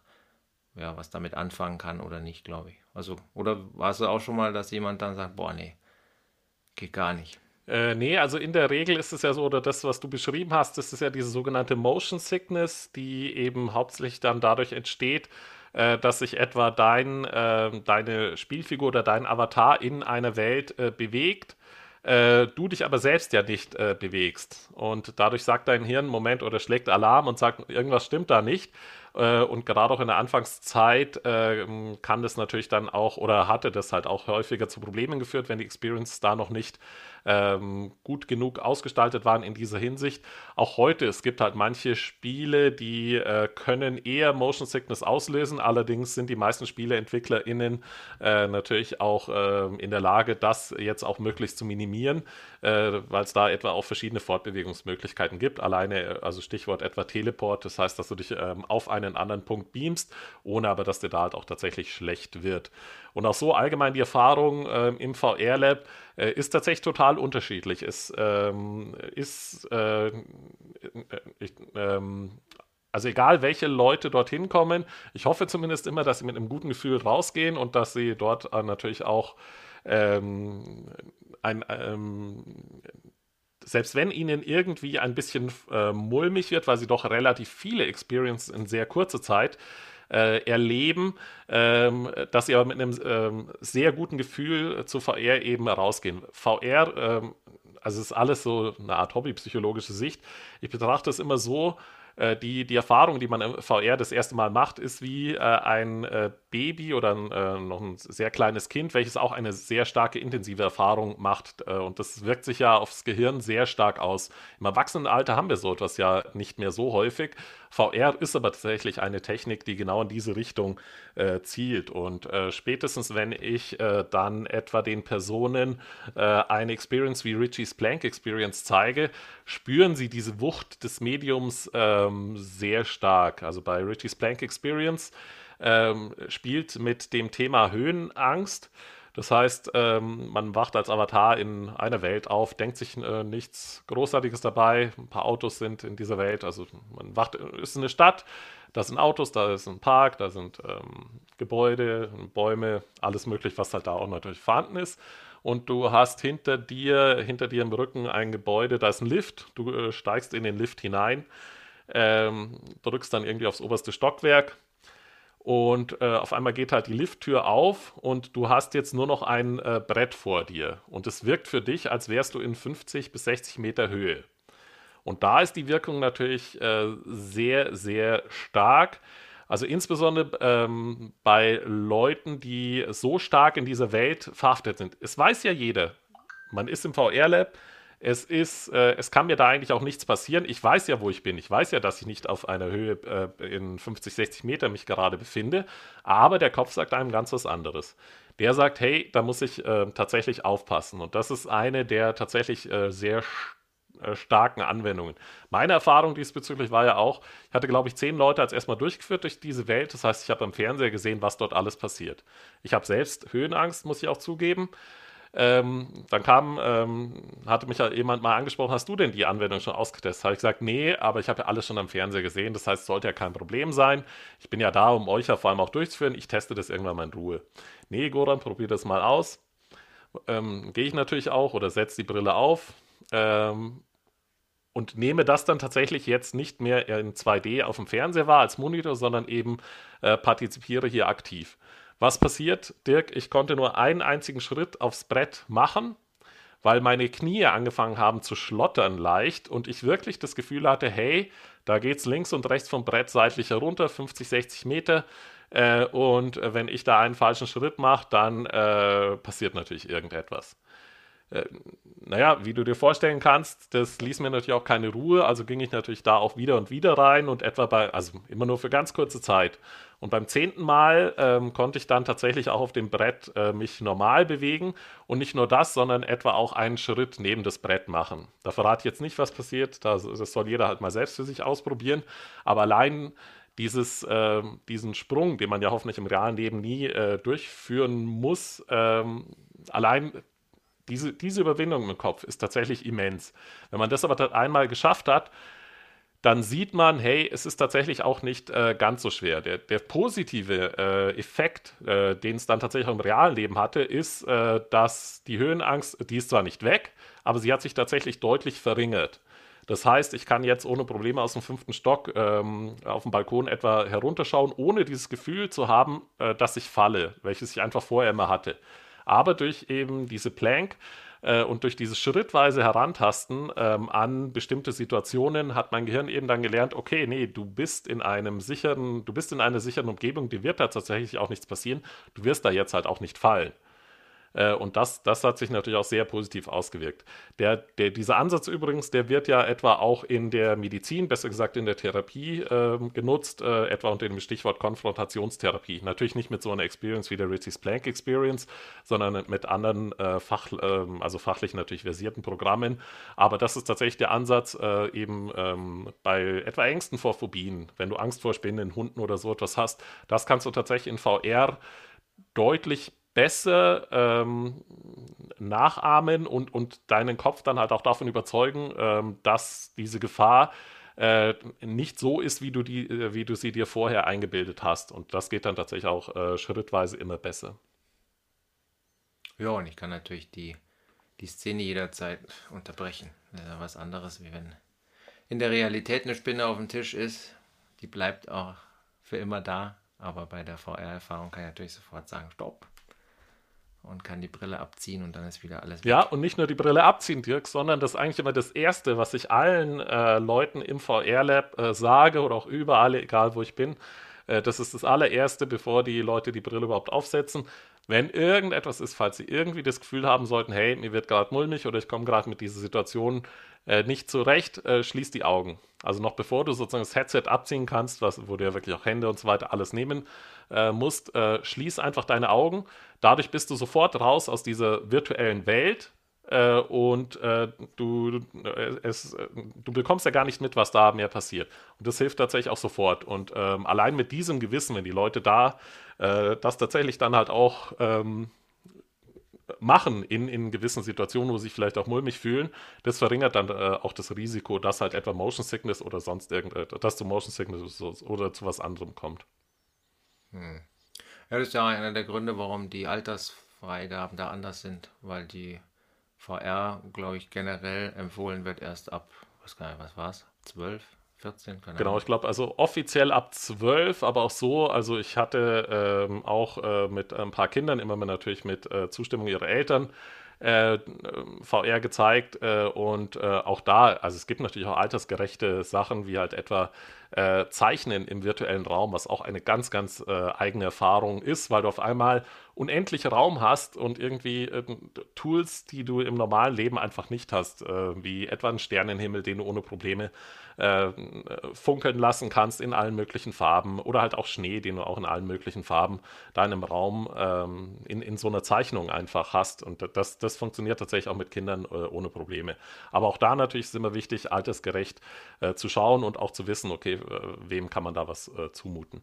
ja was damit anfangen kann oder nicht, glaube ich. Also, oder war es auch schon mal, dass jemand dann sagt, boah, nee, geht gar nicht. Äh, nee, also in der Regel ist es ja so, oder das, was du beschrieben hast, das ist ja diese sogenannte Motion Sickness, die eben hauptsächlich dann dadurch entsteht, äh, dass sich etwa dein, äh, deine Spielfigur oder dein Avatar in einer Welt äh, bewegt, äh, du dich aber selbst ja nicht äh, bewegst. Und dadurch sagt dein Hirn, Moment, oder schlägt Alarm und sagt, irgendwas stimmt da nicht. Äh, und gerade auch in der Anfangszeit äh, kann das natürlich dann auch oder hatte das halt auch häufiger zu Problemen geführt, wenn die Experience da noch nicht ähm, gut genug ausgestaltet waren in dieser Hinsicht. Auch heute, es gibt halt manche Spiele, die äh, können eher Motion Sickness auslösen, allerdings sind die meisten SpieleentwicklerInnen äh, natürlich auch äh, in der Lage, das jetzt auch möglichst zu minimieren, äh, weil es da etwa auch verschiedene Fortbewegungsmöglichkeiten gibt. Alleine, also Stichwort etwa Teleport, das heißt, dass du dich ähm, auf einen anderen Punkt beamst, ohne aber, dass dir da halt auch tatsächlich schlecht wird. Und auch so allgemein die Erfahrung ähm, im V R-Lab äh, ist tatsächlich total unterschiedlich. Es ähm, ist, äh, ich, ähm, also egal welche Leute dorthin kommen, ich hoffe zumindest immer, dass sie mit einem guten Gefühl rausgehen und dass sie dort äh, natürlich auch ähm, ein, ähm, selbst wenn ihnen irgendwie ein bisschen äh, mulmig wird, weil sie doch relativ viele Experiences in sehr kurzer Zeit äh, erleben, ähm, dass sie aber mit einem ähm, sehr guten Gefühl zu V R eben rausgehen. V R, ähm, also es ist alles so eine Art hobbypsychologische Sicht. Ich betrachte es immer so, äh, die, die Erfahrung, die man im V R das erste Mal macht, ist wie äh, ein äh, Baby oder ein, äh, noch ein sehr kleines Kind, welches auch eine sehr starke intensive Erfahrung macht. Äh, und das wirkt sich ja aufs Gehirn sehr stark aus. Im Erwachsenenalter haben wir so etwas ja nicht mehr so häufig. V R ist aber tatsächlich eine Technik, die genau in diese Richtung äh, zielt. Und äh, spätestens, wenn ich äh, dann etwa den Personen äh, eine Experience wie Richie's Plank Experience zeige, spüren sie diese Wucht des Mediums ähm, sehr stark. Also bei Richie's Plank Experience ähm, spielt mit dem Thema Höhenangst. Das heißt, ähm, man wacht als Avatar in einer Welt auf, denkt sich äh, nichts Großartiges dabei. Ein paar Autos sind in dieser Welt. Also man wacht, ist eine Stadt, da sind Autos, da ist ein Park, da sind ähm, Gebäude, Bäume, alles möglich, was halt da auch natürlich vorhanden ist. Und du hast hinter dir, hinter dir im Rücken ein Gebäude, da ist ein Lift. Du äh, steigst in den Lift hinein, ähm, drückst dann irgendwie aufs oberste Stockwerk. Und äh, auf einmal geht halt die Lifttür auf und du hast jetzt nur noch ein äh, Brett vor dir. Und es wirkt für dich, als wärst du in fünfzig bis sechzig Meter Höhe. Und da ist die Wirkung natürlich äh, sehr, sehr stark. Also insbesondere ähm, bei Leuten, die so stark in dieser Welt verhaftet sind. Es weiß ja jeder, man ist im V R-Lab, es ist, äh, es kann mir da eigentlich auch nichts passieren. Ich weiß ja, wo ich bin. Ich weiß ja, dass ich nicht auf einer Höhe äh, in fünfzig, sechzig Meter mich gerade befinde. Aber der Kopf sagt einem ganz was anderes. Der sagt, hey, da muss ich äh, tatsächlich aufpassen. Und das ist eine der tatsächlich äh, sehr äh, starken Anwendungen. Meine Erfahrung diesbezüglich war ja auch, ich hatte, glaube ich, zehn Leute als erstmal durchgeführt durch diese Welt. Das heißt, ich habe am Fernseher gesehen, was dort alles passiert. Ich habe selbst Höhenangst, muss ich auch zugeben. Ähm, dann kam, ähm, hatte mich ja jemand mal angesprochen, hast du denn die Anwendung schon ausgetestet? Habe ich gesagt, nee, aber ich habe ja alles schon am Fernseher gesehen, das heißt, sollte ja kein Problem sein. Ich bin ja da, um euch ja vor allem auch durchzuführen, ich teste das irgendwann mal in Ruhe. Nee, Goran, probier das mal aus. Ähm, Gehe ich natürlich auch oder setze die Brille auf ähm, und nehme das dann tatsächlich jetzt nicht mehr in zwei D auf dem Fernseher wahr als Monitor, sondern eben äh, partizipiere hier aktiv. Was passiert, Dirk? Ich konnte nur einen einzigen Schritt aufs Brett machen, weil meine Knie angefangen haben zu schlottern leicht und ich wirklich das Gefühl hatte, hey, da geht's links und rechts vom Brett seitlich herunter, fünfzig, sechzig Meter. Äh, und wenn ich da einen falschen Schritt mache, dann äh, passiert natürlich irgendetwas. Äh, naja, wie du dir vorstellen kannst, das ließ mir natürlich auch keine Ruhe, also ging ich natürlich da auch wieder und wieder rein und etwa bei, also immer nur für ganz kurze Zeit. Und beim zehnten Mal ähm, konnte ich dann tatsächlich auch auf dem Brett äh, mich normal bewegen und nicht nur das, sondern etwa auch einen Schritt neben das Brett machen. Da verrate ich jetzt nicht, was passiert, das, das soll jeder halt mal selbst für sich ausprobieren, aber allein dieses, äh, diesen Sprung, den man ja hoffentlich im realen Leben nie äh, durchführen muss, ähm, allein diese, diese Überwindung im Kopf ist tatsächlich immens. Wenn man das aber einmal geschafft hat, dann sieht man, hey, es ist tatsächlich auch nicht äh, ganz so schwer. Der, der positive äh, Effekt, äh, den es dann tatsächlich auch im realen Leben hatte, ist, äh, dass die Höhenangst, die ist zwar nicht weg, aber sie hat sich tatsächlich deutlich verringert. Das heißt, ich kann jetzt ohne Probleme aus dem fünften Stock ähm, auf dem Balkon etwa herunterschauen, ohne dieses Gefühl zu haben, äh, dass ich falle, welches ich einfach vorher immer hatte. Aber durch eben diese Plank äh, und durch dieses schrittweise Herantasten ähm, an bestimmte Situationen hat mein Gehirn eben dann gelernt, okay, nee, du bist in einem sicheren, du bist in einer sicheren Umgebung, dir wird da tatsächlich auch nichts passieren, du wirst da jetzt halt auch nicht fallen. Äh, und das, das hat sich natürlich auch sehr positiv ausgewirkt. Der, der, dieser Ansatz übrigens, der wird ja etwa auch in der Medizin, besser gesagt in der Therapie äh, genutzt, äh, etwa unter dem Stichwort Konfrontationstherapie. Natürlich nicht mit so einer Experience wie der Ritchie's Plank Experience, sondern mit anderen äh, Fach, äh, also fachlich natürlich versierten Programmen. Aber das ist tatsächlich der Ansatz äh, eben ähm, bei etwa Ängsten vor Phobien. Wenn du Angst vor Spinnen, Hunden oder so etwas hast, das kannst du tatsächlich in V R deutlich besser ähm, nachahmen und, und deinen Kopf dann halt auch davon überzeugen, ähm, dass diese Gefahr äh, nicht so ist, wie du, die, äh, wie du sie dir vorher eingebildet hast. Und das geht dann tatsächlich auch äh, schrittweise immer besser. Ja, und ich kann natürlich die, die Szene jederzeit unterbrechen. Das ist ja was anderes, wie wenn in der Realität eine Spinne auf dem Tisch ist. Die bleibt auch für immer da. Aber bei der V R-Erfahrung kann ich natürlich sofort sagen, stopp. Und kann die Brille abziehen und dann ist wieder alles weg. Ja, und nicht nur die Brille abziehen, Dirk, sondern das ist eigentlich immer das Erste, was ich allen äh, Leuten im V R-Lab äh, sage oder auch überall, egal wo ich bin. Äh, das ist das allererste, bevor die Leute die Brille überhaupt aufsetzen. Wenn irgendetwas ist, falls sie irgendwie das Gefühl haben sollten, hey, mir wird gerade mulmig oder ich komme gerade mit dieser Situation äh, nicht zurecht, äh, schließ die Augen. Also noch bevor du sozusagen das Headset abziehen kannst, was, wo du ja wirklich auch Hände und so weiter alles nehmen äh, musst, äh, schließ einfach deine Augen. Dadurch bist du sofort raus aus dieser virtuellen Welt äh, und äh, du, äh, es, äh, du bekommst ja gar nicht mit, was da mehr passiert. Und das hilft tatsächlich auch sofort. Und ähm, allein mit diesem Gewissen, wenn die Leute da äh, das tatsächlich dann halt auch ähm, machen in, in gewissen Situationen, wo sie sich vielleicht auch mulmig fühlen, das verringert dann äh, auch das Risiko, dass halt etwa Motion Sickness oder sonst irgendetwas, dass zu Motion Sickness oder zu was anderem kommt. Hm. Ja, das ist ja einer der Gründe, warum die Altersfreigaben da anders sind, weil die V R, glaube ich, generell empfohlen wird erst ab, was, gar nicht, was war's? zwölf, vierzehn, keine Genau, Ahnung. ich glaube, also offiziell ab zwölf, aber auch so, also ich hatte ähm, auch äh, mit ein paar Kindern, immer mit, natürlich mit äh, Zustimmung ihrer Eltern, äh, V R gezeigt äh, und äh, auch da, also es gibt natürlich auch altersgerechte Sachen, wie halt etwa äh, Zeichnen im virtuellen Raum, was auch eine ganz, ganz äh, eigene Erfahrung ist, weil du auf einmal unendlich Raum hast und irgendwie äh, Tools, die du im normalen Leben einfach nicht hast, äh, wie etwa einen Sternenhimmel, den du ohne Probleme äh, funkeln lassen kannst in allen möglichen Farben oder halt auch Schnee, den du auch in allen möglichen Farben da in einem Raum ähm, in, in so einer Zeichnung einfach hast. Und das, das funktioniert tatsächlich auch mit Kindern äh, ohne Probleme. Aber auch da natürlich ist immer wichtig, altersgerecht äh, zu schauen und auch zu wissen, okay, äh, wem kann man da was äh, zumuten.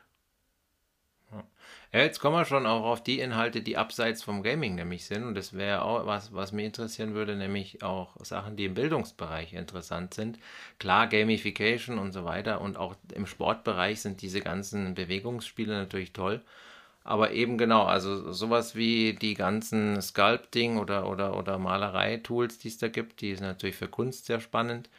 Ja, jetzt kommen wir schon auch auf die Inhalte, die abseits vom Gaming nämlich sind. Und das wäre auch was, was mich interessieren würde, nämlich auch Sachen, die im Bildungsbereich interessant sind. Klar, Gamification und so weiter. Und auch im Sportbereich sind diese ganzen Bewegungsspiele natürlich toll. Aber eben genau, also sowas wie die ganzen Sculpting- oder, oder, oder Malerei-Tools, die es da gibt, die sind natürlich für Kunst sehr spannend.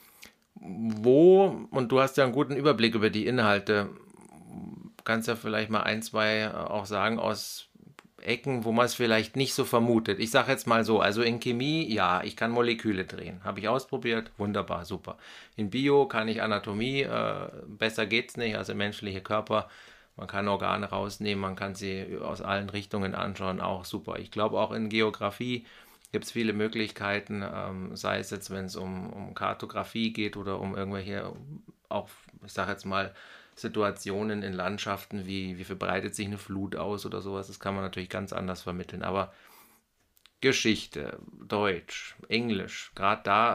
Wo, und du hast ja einen guten Überblick über die Inhalte, kannst ja vielleicht mal ein, zwei äh, auch sagen aus Ecken, wo man es vielleicht nicht so vermutet. Ich sage jetzt mal so, also in Chemie, ja, ich kann Moleküle drehen. Habe ich ausprobiert, wunderbar, super. In Bio kann ich Anatomie, äh, besser geht's nicht, also menschliche Körper. Man kann Organe rausnehmen, man kann sie aus allen Richtungen anschauen, auch super. Ich glaube auch in Geografie gibt es viele Möglichkeiten, ähm, sei es jetzt, wenn es um, um Kartografie geht oder um irgendwelche, auch, ich sage jetzt mal, Situationen in Landschaften, wie, wie verbreitet sich eine Flut aus oder sowas, das kann man natürlich ganz anders vermitteln. Aber Geschichte, Deutsch, Englisch, gerade da,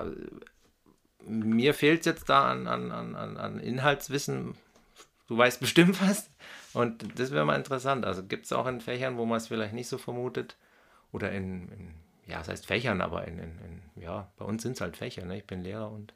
mir fehlt es jetzt da an, an, an, an Inhaltswissen. Du weißt bestimmt was. Und das wäre mal interessant. Also gibt es auch in Fächern, wo man es vielleicht nicht so vermutet. Oder in, in ja, das heißt Fächern, aber in, in, in ja, bei uns sind es halt Fächer. Ne? Ich bin Lehrer und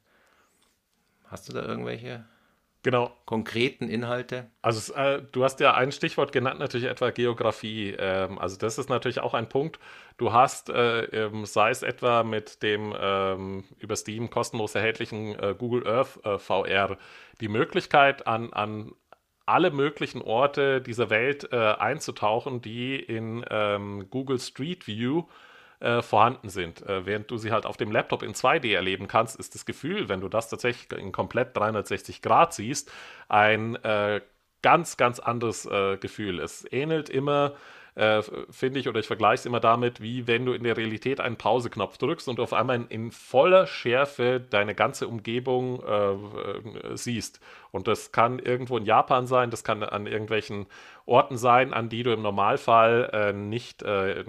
hast du da irgendwelche Genau. konkreten Inhalte? Also äh, du hast ja ein Stichwort genannt, natürlich etwa Geografie. Ähm, also das ist natürlich auch ein Punkt. Du hast, äh, ähm, sei es etwa mit dem ähm, über Steam kostenlos erhältlichen äh, Google Earth äh, V R, die Möglichkeit an, an alle möglichen Orte dieser Welt äh, einzutauchen, die in ähm, Google Street View äh, vorhanden sind. Äh, während du sie halt auf dem Laptop in zwei D erleben kannst, ist das Gefühl, wenn du das tatsächlich in komplett dreihundertsechzig Grad siehst, ein äh, ganz, ganz anderes äh, Gefühl. Es ähnelt immer, äh, finde ich, oder ich vergleiche es immer damit, wie wenn du in der Realität einen Pauseknopf drückst und du auf einmal in, in voller Schärfe deine ganze Umgebung äh, äh, siehst. Und das kann irgendwo in Japan sein, das kann an irgendwelchen Orten sein, an die du im Normalfall äh, nicht, äh,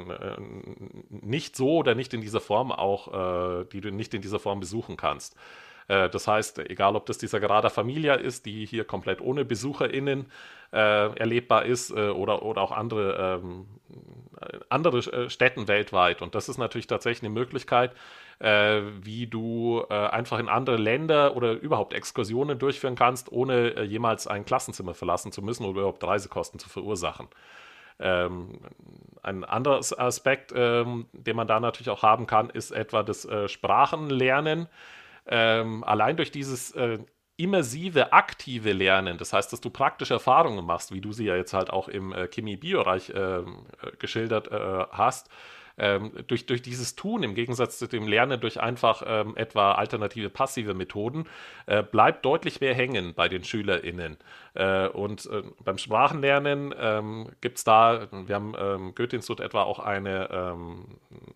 nicht so oder nicht in dieser Form auch, äh, die du nicht in dieser Form besuchen kannst. Äh, das heißt, egal ob das die Sagrada Familia ist, die hier komplett ohne BesucherInnen äh, erlebbar ist, äh, oder, oder auch andere, ähm, andere äh, Städten weltweit. Und das ist natürlich tatsächlich eine Möglichkeit, äh, wie du äh, einfach in andere Länder oder überhaupt Exkursionen durchführen kannst, ohne äh, jemals ein Klassenzimmer verlassen zu müssen oder überhaupt Reisekosten zu verursachen. Ähm, ein anderer Aspekt, ähm, den man da natürlich auch haben kann, ist etwa das äh, Sprachenlernen. Ähm, allein durch dieses äh, immersive, aktive Lernen, das heißt, dass du praktische Erfahrungen machst, wie du sie ja jetzt halt auch im äh, Chemie-Bioreich äh, geschildert äh, hast, ähm, durch, durch dieses Tun im Gegensatz zu dem Lernen durch einfach ähm, etwa alternative passive Methoden, äh, bleibt deutlich mehr hängen bei den SchülerInnen. Äh, und äh, beim Sprachenlernen ähm, gibt es da, wir haben ähm, Goethe-Institut etwa auch eine ähm,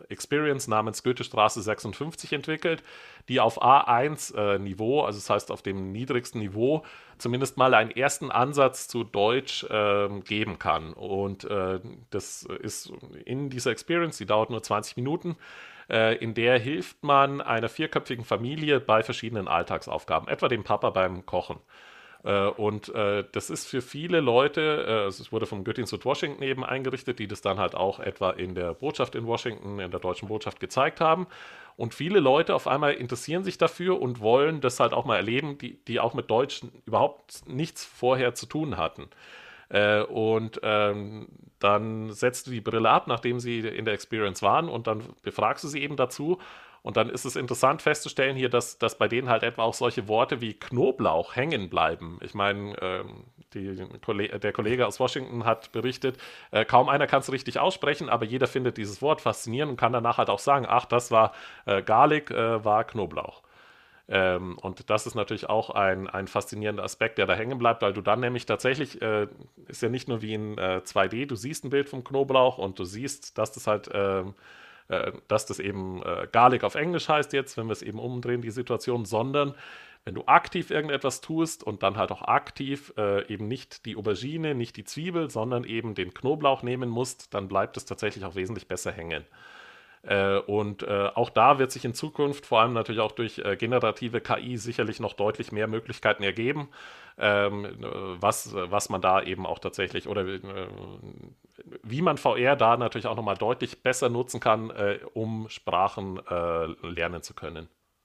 Experience namens Goethestraße sechsundfünfzig entwickelt, die auf A eins Niveau, also das heißt auf dem niedrigsten Niveau, zumindest mal einen ersten Ansatz zu Deutsch äh, geben kann. Und äh, das ist in dieser Experience, die dauert nur zwanzig Minuten, äh, in der hilft man einer vierköpfigen Familie bei verschiedenen Alltagsaufgaben, etwa dem Papa beim Kochen. Äh, und äh, das ist für viele Leute, äh, es wurde vom Goethe-Institut Washington eben eingerichtet, die das dann halt auch etwa in der Botschaft in Washington, in der deutschen Botschaft gezeigt haben. Und viele Leute auf einmal interessieren sich dafür und wollen das halt auch mal erleben, die, die auch mit Deutsch überhaupt nichts vorher zu tun hatten. Äh, und ähm, dann setzt du die Brille ab, nachdem sie in der Experience waren, und dann befragst du sie eben dazu. Und dann ist es interessant festzustellen hier, dass, dass bei denen halt etwa auch solche Worte wie Knoblauch hängen bleiben. Ich meine, ähm, die, der Kollege aus Washington hat berichtet, äh, kaum einer kann es richtig aussprechen, aber jeder findet dieses Wort faszinierend und kann danach halt auch sagen, ach, das war äh, Garlic, äh, war Knoblauch. Ähm, und das ist natürlich auch ein, ein faszinierender Aspekt, der da hängen bleibt, weil du dann nämlich tatsächlich, äh, ist ja nicht nur wie in äh, zwei D, du siehst ein Bild vom Knoblauch und du siehst, dass das halt... Äh, dass das eben äh, Garlic auf Englisch heißt jetzt, wenn wir es eben umdrehen, die Situation, sondern wenn du aktiv irgendetwas tust und dann halt auch aktiv äh, eben nicht die Aubergine, nicht die Zwiebel, sondern eben den Knoblauch nehmen musst, dann bleibt es tatsächlich auch wesentlich besser hängen. Äh, und äh, auch da wird sich in Zukunft, vor allem natürlich auch durch äh, generative K I, sicherlich noch deutlich mehr Möglichkeiten ergeben, ähm, was, was man da eben auch tatsächlich oder äh, wie man V R da natürlich auch nochmal deutlich besser nutzen kann, äh, um Sprachen äh, lernen zu können.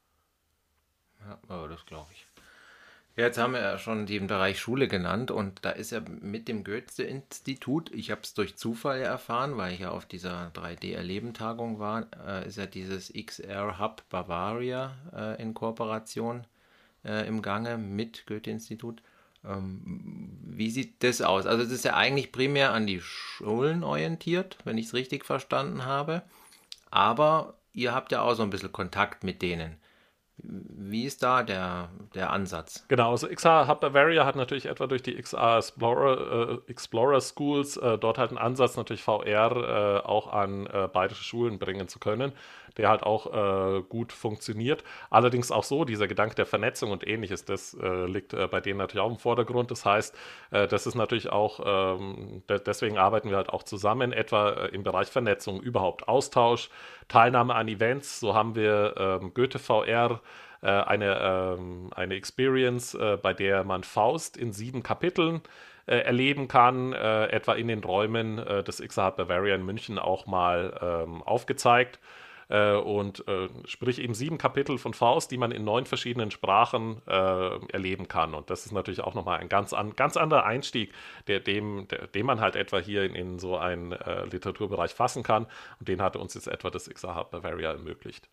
Ja, aber das glaube ich. Ja, jetzt haben wir ja schon den Bereich Schule genannt und da ist ja mit dem Goethe-Institut, ich habe es durch Zufall erfahren, weil ich ja auf dieser drei D-Erleben-Tagung war, äh, ist ja dieses X R-Hub Bavaria äh, in Kooperation äh, im Gange mit Goethe-Institut. Ähm, wie sieht das aus? Also es ist ja eigentlich primär an die Schulen orientiert, wenn ich es richtig verstanden habe, aber ihr habt ja auch so ein bisschen Kontakt mit denen. Wie ist da der, der Ansatz? Genau, also X R Hub Bavaria hat natürlich etwa durch die X R Explorer, äh, Explorer Schools äh, dort halt einen Ansatz, natürlich V R äh, auch an äh, bayerische Schulen bringen zu können, der halt auch äh, gut funktioniert. Allerdings auch so, dieser Gedanke der Vernetzung und ähnliches, das äh, liegt äh, bei denen natürlich auch im Vordergrund. Das heißt, äh, das ist natürlich auch, ähm, de deswegen arbeiten wir halt auch zusammen, etwa äh, im Bereich Vernetzung, überhaupt Austausch, Teilnahme an Events. So haben wir ähm, Goethe V R, Eine, ähm, eine Experience, äh, bei der man Faust in sieben Kapiteln äh, erleben kann, äh, etwa in den Räumen äh, des X R Hub Bavaria in München auch mal ähm, aufgezeigt. Äh, und äh, sprich eben sieben Kapitel von Faust, die man in neun verschiedenen Sprachen äh, erleben kann. Und das ist natürlich auch nochmal ein ganz, an, ganz anderer Einstieg, der, dem, der, den man halt etwa hier in, in so einen äh, Literaturbereich fassen kann. Und den hatte uns jetzt etwa das X R Hub Bavaria ermöglicht.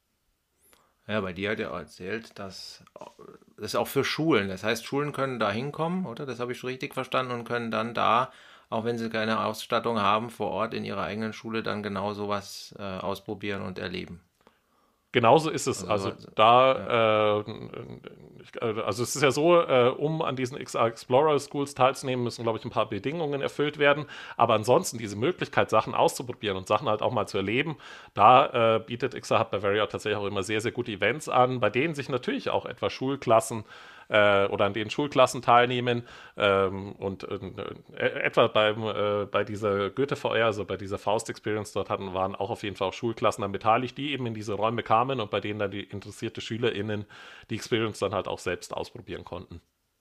Ja, bei dir hat er erzählt, dass das auch für Schulen, das heißt, Schulen können da hinkommen, oder? Das habe ich schon richtig verstanden und können dann da, auch wenn sie keine Ausstattung haben, vor Ort in ihrer eigenen Schule dann genau sowas äh, ausprobieren und erleben. Genauso ist es. Also, Also also da, äh, also es ist ja so, äh, um an diesen X R Explorer Schools teilzunehmen, müssen, glaube ich, ein paar Bedingungen erfüllt werden. Aber ansonsten diese Möglichkeit, Sachen auszuprobieren und Sachen halt auch mal zu erleben, da äh, bietet X R Hub Bavaria tatsächlich auch immer sehr, sehr gute Events an, bei denen sich natürlich auch etwa Schulklassen äh, oder an denen Schulklassen teilnehmen. Ähm, und äh, etwa beim, äh, bei dieser Goethe-V R, also bei dieser Faust-Experience, dort hatten, waren auch auf jeden Fall auch Schulklassen dann beteiligt, die eben in diese Räume kamen und bei denen dann die interessierte SchülerInnen die Experience dann halt auch selbst ausprobieren konnten.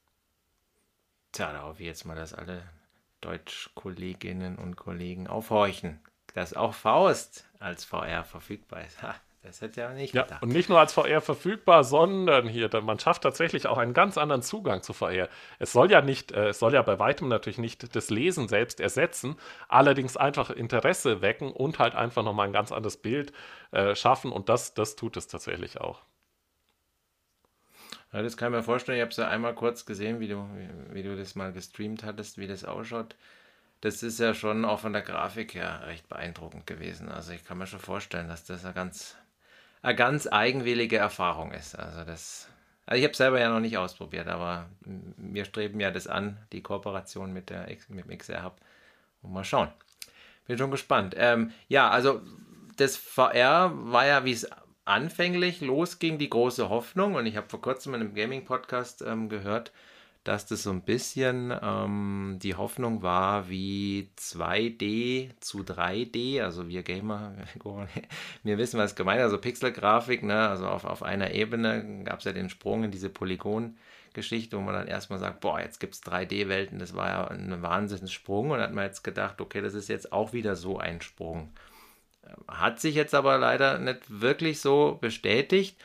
tja, da hoffe ich jetzt mal, dass alle Deutschkolleginnen und Kollegen aufhorchen, dass auch Faust als V R verfügbar ist. Ha, das hätte ich aber nicht Ja, gedacht. und nicht nur als V R verfügbar, sondern hier, da- man schafft tatsächlich auch einen ganz anderen Zugang zu V R. Es soll ja nicht, äh, es soll ja bei weitem natürlich nicht das Lesen selbst ersetzen, allerdings einfach Interesse wecken und halt einfach nochmal ein ganz anderes Bild äh, schaffen, und das, das tut es tatsächlich auch. Ja, das kann ich mir vorstellen. Ich habe es ja einmal kurz gesehen, wie du, wie, wie du das mal gestreamt hattest, wie das ausschaut. Das ist ja schon auch von der Grafik her recht beeindruckend gewesen. Also ich kann mir schon vorstellen, dass das eine ganz, eine ganz eigenwillige Erfahrung ist. Also das, also ich habe es selber ja noch nicht ausprobiert, aber wir streben ja das an, die Kooperation mit der X- mit dem X R Hub. Und mal schauen. Bin schon gespannt. Ähm, ja, also das V R war ja, wie es anfänglich losging, die große Hoffnung. Und ich habe vor kurzem in einem Gaming-Podcast ähm, gehört, dass das so ein bisschen ähm, die Hoffnung war wie zwei D zu drei D. Also wir Gamer, wir wissen, was gemeint ist. Also Pixelgrafik, ne? Also auf, auf einer Ebene gab es ja den Sprung in diese Polygon-Geschichte, wo man dann erstmal sagt, boah, jetzt gibt es drei D-Welten. Das war ja ein Wahnsinnssprung. Und hat man jetzt gedacht, okay, das ist jetzt auch wieder so ein Sprung. Hat sich jetzt aber leider nicht wirklich so bestätigt.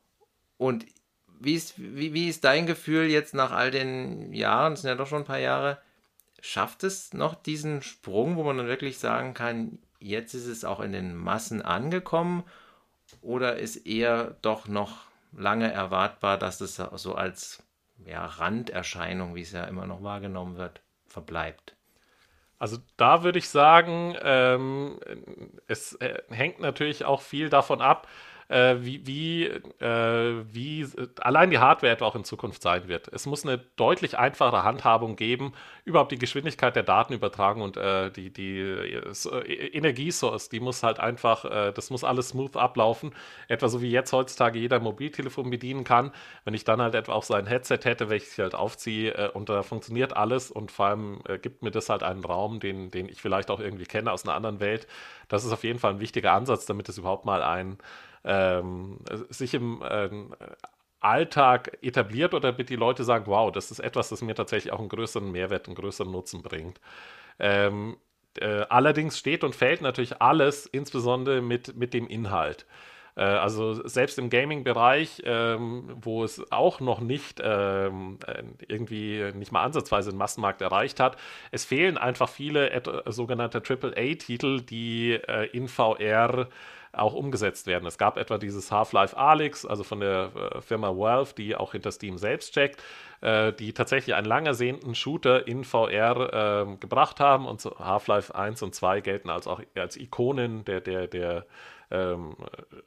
Und wie ist, wie, wie ist dein Gefühl jetzt nach all den Jahren, das sind ja doch schon ein paar Jahre, schafft es noch diesen Sprung, wo man dann wirklich sagen kann, jetzt ist es auch in den Massen angekommen, oder ist eher doch noch lange erwartbar, dass es so als ja, Randerscheinung, wie es ja immer noch wahrgenommen wird, verbleibt? Also da würde ich sagen, ähm, es äh, hängt natürlich auch viel davon ab, äh, wie, wie, äh, wie äh, allein die Hardware etwa auch in Zukunft sein wird. Es muss eine deutlich einfachere Handhabung geben, überhaupt die Geschwindigkeit der Datenübertragung und äh, die, die äh, so- äh, Energiesource, die muss halt einfach, äh, das muss alles smooth ablaufen. Etwa so wie jetzt heutzutage jeder Mobiltelefon bedienen kann. Wenn ich dann halt etwa auch so ein Headset hätte, welches ich halt aufziehe äh, und da funktioniert alles und vor allem äh, gibt mir das halt einen Raum, den, den ich vielleicht auch irgendwie kenne aus einer anderen Welt. Das ist auf jeden Fall ein wichtiger Ansatz, damit es überhaupt mal ein ähm, sich im ähm, Alltag etabliert oder damit die Leute sagen, wow, das ist etwas, das mir tatsächlich auch einen größeren Mehrwert, einen größeren Nutzen bringt. Ähm, äh, allerdings steht und fällt natürlich alles insbesondere mit, mit dem Inhalt. Äh, also selbst im Gaming-Bereich, ähm, wo es auch noch nicht ähm, äh, irgendwie nicht mal ansatzweise den Massenmarkt erreicht hat, es fehlen einfach viele et- sogenannte Triple A-Titel, die äh, in V R auch umgesetzt werden. Es gab etwa dieses Half-Life Alyx, also von der äh, Firma Valve, die auch hinter Steam selbst steckt, äh, die tatsächlich einen lang ersehnten Shooter in V R äh, gebracht haben, und so Half-Life eins und zwei gelten als auch als Ikonen der, der, der ähm,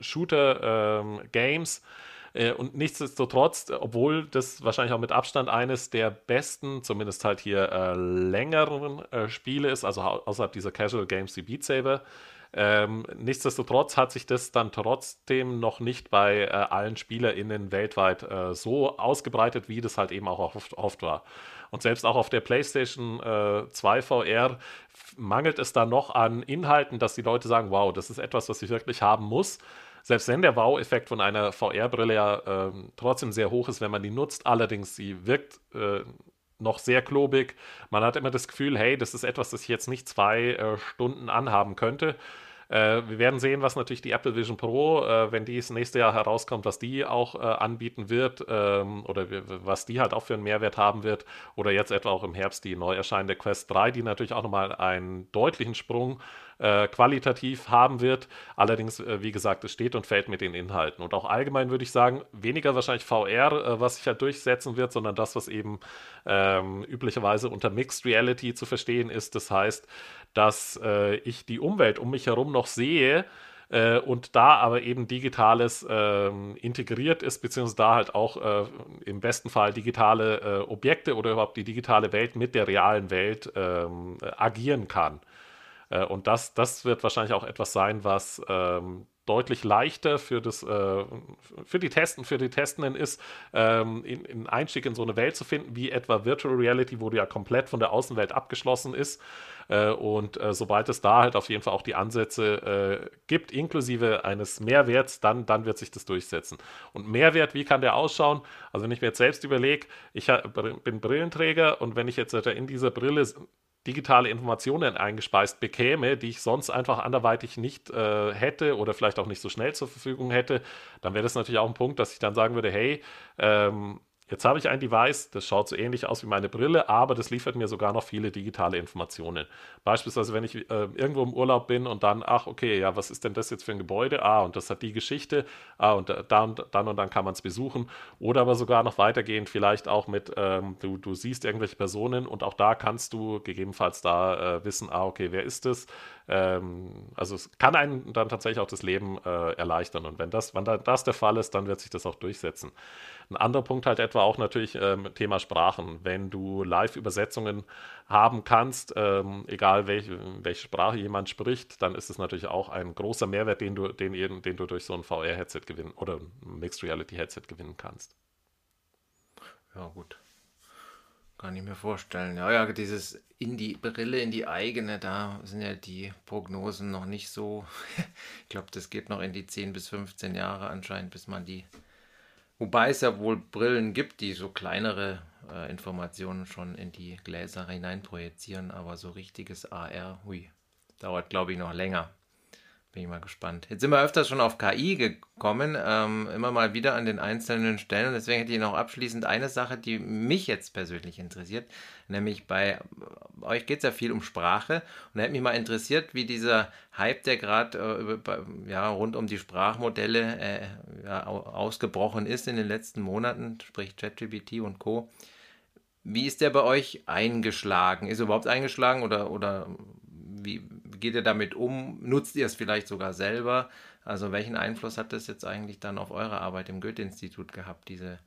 Shooter-Games. Äh, und nichtsdestotrotz, obwohl das wahrscheinlich auch mit Abstand eines der besten, zumindest halt hier äh, längeren äh, Spiele ist, also au- außerhalb dieser Casual Games wie Beat Saber, ähm, nichtsdestotrotz hat sich das dann trotzdem noch nicht bei äh, allen SpielerInnen weltweit äh, so ausgebreitet, wie das halt eben auch oft, oft war. Und selbst auch auf der PlayStation äh, zwei V R f- mangelt es da noch an Inhalten, dass die Leute sagen, wow, das ist etwas, was ich wirklich haben muss. Selbst wenn der Wow-Effekt von einer V R-Brille ja ähm, trotzdem sehr hoch ist, wenn man die nutzt, allerdings sie wirkt äh, noch sehr klobig. Man hat immer das Gefühl, hey, das ist etwas, das ich jetzt nicht zwei äh, Stunden anhaben könnte. Äh, wir werden sehen, was natürlich die Apple Vision Pro, äh, wenn die das nächste Jahr herauskommt, was die auch äh, anbieten wird, ähm, oder w- was die halt auch für einen Mehrwert haben wird. Oder jetzt etwa auch im Herbst die neu erscheinende Quest drei, die natürlich auch nochmal einen deutlichen Sprung äh, qualitativ haben wird. Allerdings, äh, wie gesagt, es steht und fällt mit den Inhalten. Und auch allgemein würde ich sagen, weniger wahrscheinlich V R, äh, was sich halt durchsetzen wird, sondern das, was eben ähm, üblicherweise unter Mixed Reality zu verstehen ist. Das heißt, dass äh, ich die Umwelt um mich herum noch sehe, äh, und da aber eben Digitales ähm, integriert ist, beziehungsweise da halt auch äh, im besten Fall digitale äh, Objekte oder überhaupt die digitale Welt mit der realen Welt ähm, agieren kann. Äh, und das, das wird wahrscheinlich auch etwas sein, was ähm, deutlich leichter für, das, äh, für, die Testen, für die Testenden ist, ähm, in, in Einstieg in so eine Welt zu finden, wie etwa Virtual Reality, wo die ja komplett von der Außenwelt abgeschlossen ist. Äh, und äh, sobald es da halt auf jeden Fall auch die Ansätze äh, gibt, inklusive eines Mehrwerts, dann, dann wird sich das durchsetzen. Und Mehrwert, wie kann der ausschauen? Also wenn ich mir jetzt selbst überlege, ich ha- bin Brillenträger, und wenn ich jetzt äh, in dieser Brille digitale Informationen eingespeist bekäme, die ich sonst einfach anderweitig nicht äh, hätte oder vielleicht auch nicht so schnell zur Verfügung hätte, dann wäre das natürlich auch ein Punkt, dass ich dann sagen würde, hey, ähm, jetzt habe ich ein Device, das schaut so ähnlich aus wie meine Brille, aber das liefert mir sogar noch viele digitale Informationen. Beispielsweise, wenn ich äh, irgendwo im Urlaub bin und dann, ach, okay, ja, was ist denn das jetzt für ein Gebäude? Ah, und das hat die Geschichte. Ah, und da, da und dann und dann kann man es besuchen. Oder aber sogar noch weitergehend, vielleicht auch mit, ähm, du, du siehst irgendwelche Personen, und auch da kannst du gegebenenfalls da äh, wissen, ah, okay, wer ist das? Ähm, also es kann einen dann tatsächlich auch das Leben äh, erleichtern. Und wenn das, wenn da, das der Fall ist, dann wird sich das auch durchsetzen. Ein anderer Punkt halt etwa etwa auch natürlich ähm, Thema Sprachen. Wenn du Live-Übersetzungen haben kannst, ähm, egal welche, welche Sprache jemand spricht, dann ist es natürlich auch ein großer Mehrwert, den du, den, eben- den du durch so ein V R-Headset gewinnen oder ein Mixed Reality-Headset gewinnen kannst. Ja, gut. Kann ich mir vorstellen. Ja, ja, dieses in die Brille, in die eigene, da sind ja die Prognosen noch nicht so. Ich glaube, das geht noch in die zehn bis fünfzehn Jahre anscheinend, bis man die. Wobei es ja wohl Brillen gibt, die so kleinere äh, Informationen schon in die Gläser hinein projizieren, aber so richtiges A R, hui, dauert glaube ich noch länger. Bin ich mal gespannt. Jetzt sind wir öfters schon auf K I gekommen, ähm, immer mal wieder an den einzelnen Stellen. Und deswegen hätte ich noch abschließend eine Sache, die mich jetzt persönlich interessiert. Nämlich bei euch geht es ja viel um Sprache. Und da hätte mich mal interessiert, wie dieser Hype, der gerade äh, ja, rund um die Sprachmodelle äh, ja, ausgebrochen ist in den letzten Monaten, sprich ChatGPT und Co. Wie ist der bei euch eingeschlagen? Ist er überhaupt eingeschlagen oder, oder wie geht ihr damit um? Nutzt ihr es vielleicht sogar selber? Also welchen Einfluss hat das jetzt eigentlich dann auf eure Arbeit im Goethe-Institut gehabt, diese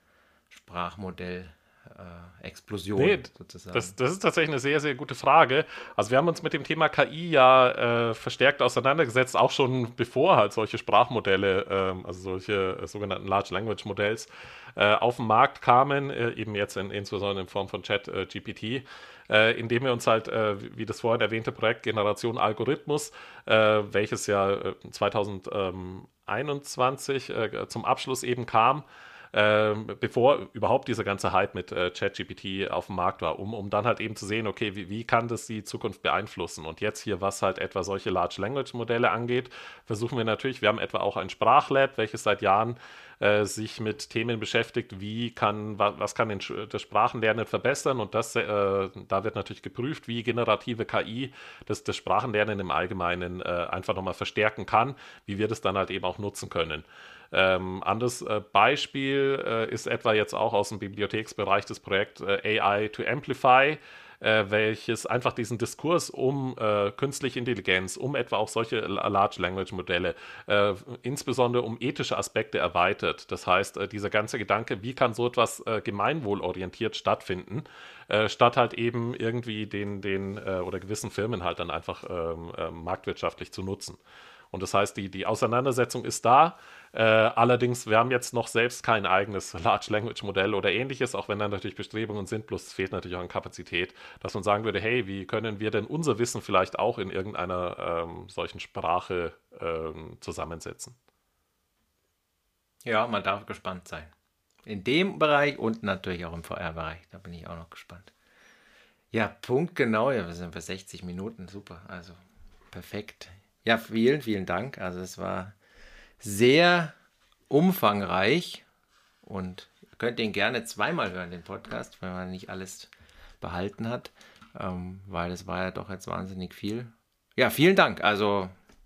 Sprachmodell-Explosion Nee, sozusagen? das, das ist tatsächlich eine sehr, sehr gute Frage. Also wir haben uns mit dem Thema K I ja äh, verstärkt auseinandergesetzt, auch schon bevor halt solche Sprachmodelle, ähm, also solche äh, sogenannten Large Language Models, äh, auf den Markt kamen, äh, eben jetzt in, insbesondere in Form von ChatGPT, äh, indem wir uns halt, äh, wie das vorhin erwähnte Projekt Generation Algorithmus, äh, welches ja äh, zwanzig einundzwanzig äh, zum Abschluss eben kam, ähm, bevor überhaupt dieser ganze Hype mit äh, ChatGPT auf dem Markt war, um, um dann halt eben zu sehen, okay, wie, wie kann das die Zukunft beeinflussen? Und jetzt hier, was halt etwa solche Large Language Modelle angeht, versuchen wir natürlich, wir haben etwa auch ein Sprachlab, welches seit Jahren äh, sich mit Themen beschäftigt, wie kann, wa, was kann den, das Sprachenlernen verbessern, und das, äh, da wird natürlich geprüft, wie generative K I das, das Sprachenlernen im Allgemeinen äh, einfach nochmal verstärken kann, wie wir das dann halt eben auch nutzen können. Ähm, anderes äh, Beispiel äh, ist etwa jetzt auch aus dem Bibliotheksbereich das Projekt äh, A I to Amplify, äh, welches einfach diesen Diskurs um äh, künstliche Intelligenz, um etwa auch solche Large Language Modelle, äh, insbesondere um ethische Aspekte erweitert. Das heißt, äh, dieser ganze Gedanke, wie kann so etwas äh, gemeinwohlorientiert stattfinden, äh, statt halt eben irgendwie den, den äh, oder gewissen Firmen halt dann einfach ähm, äh, marktwirtschaftlich zu nutzen. Und das heißt, die, die Auseinandersetzung ist da. Äh, allerdings, wir haben jetzt noch selbst kein eigenes Large Language Modell oder ähnliches, auch wenn da natürlich Bestrebungen sind, bloß es fehlt natürlich auch an Kapazität, dass man sagen würde, hey, wie können wir denn unser Wissen vielleicht auch in irgendeiner ähm, solchen Sprache ähm, zusammensetzen? Ja, man darf gespannt sein. In dem Bereich und natürlich auch im V R-Bereich. Da bin ich auch noch gespannt. Ja, punktgenau. Ja, wir sind bei sechzig Minuten. Super. Also perfekt. Ja, vielen, vielen Dank. Also es war sehr umfangreich und ihr könnt den gerne zweimal hören, den Podcast, wenn man nicht alles behalten hat, ähm, weil es war ja doch jetzt wahnsinnig viel. Ja, vielen Dank. Also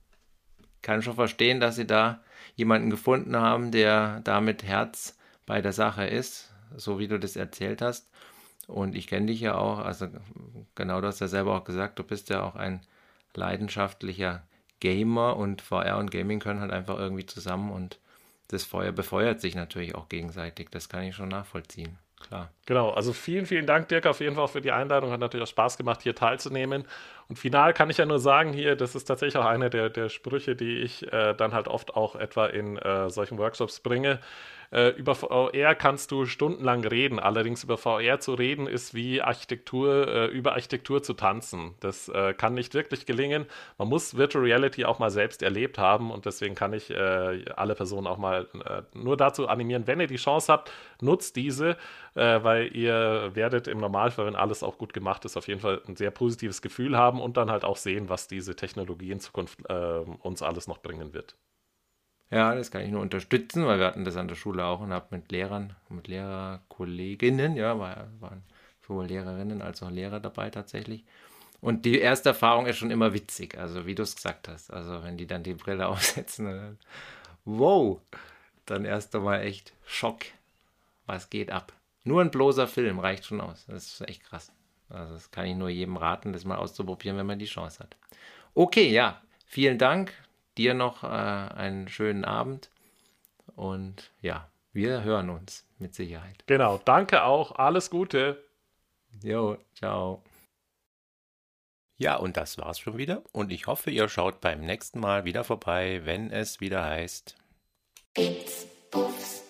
kann schon verstehen, dass Sie da jemanden gefunden haben, der da mit Herz bei der Sache ist, so wie du das erzählt hast. Und ich kenne dich ja auch, also genau, du hast ja selber auch gesagt, du bist ja auch ein leidenschaftlicher Gamer, und V R und Gaming können halt einfach irgendwie zusammen, und das Feuer befeuert sich natürlich auch gegenseitig. Das kann ich schon nachvollziehen. Klar. Genau, also vielen, vielen Dank, Dirk, auf jeden Fall für die Einladung. Hat natürlich auch Spaß gemacht, hier teilzunehmen. Und final kann ich ja nur sagen hier, das ist tatsächlich auch einer der, der Sprüche, die ich äh, dann halt oft auch etwa in äh, solchen Workshops bringe. Äh, über V R kannst du stundenlang reden. Allerdings über V R zu reden ist wie Architektur, äh, über Architektur zu tanzen. Das äh, kann nicht wirklich gelingen. Man muss Virtual Reality auch mal selbst erlebt haben, und deswegen kann ich äh, alle Personen auch mal äh, nur dazu animieren, wenn ihr die Chance habt, nutzt diese, äh, weil ihr werdet im Normalfall, wenn alles auch gut gemacht ist, auf jeden Fall ein sehr positives Gefühl haben und dann halt auch sehen, was diese Technologie in Zukunft äh, uns alles noch bringen wird. Ja, das kann ich nur unterstützen, weil wir hatten das an der Schule auch und haben mit Lehrern, mit Lehrerkolleginnen, ja, war, waren sowohl Lehrerinnen als auch Lehrer dabei tatsächlich. Und die erste Erfahrung ist schon immer witzig, also wie du es gesagt hast. Also wenn die dann die Brille aufsetzen, dann, wow, dann erst einmal echt Schock, was geht ab. Nur ein bloßer Film reicht schon aus, das ist echt krass. Also das kann ich nur jedem raten, das mal auszuprobieren, wenn man die Chance hat. Okay, ja, vielen Dank. Dir noch äh, einen schönen Abend und ja, Wir hören uns mit Sicherheit. Genau, danke auch. Alles Gute. Jo, ciao. Ja, und das war's schon wieder. Und ich hoffe, ihr schaut beim nächsten Mal wieder vorbei, wenn es wieder heißt Bits, Puffs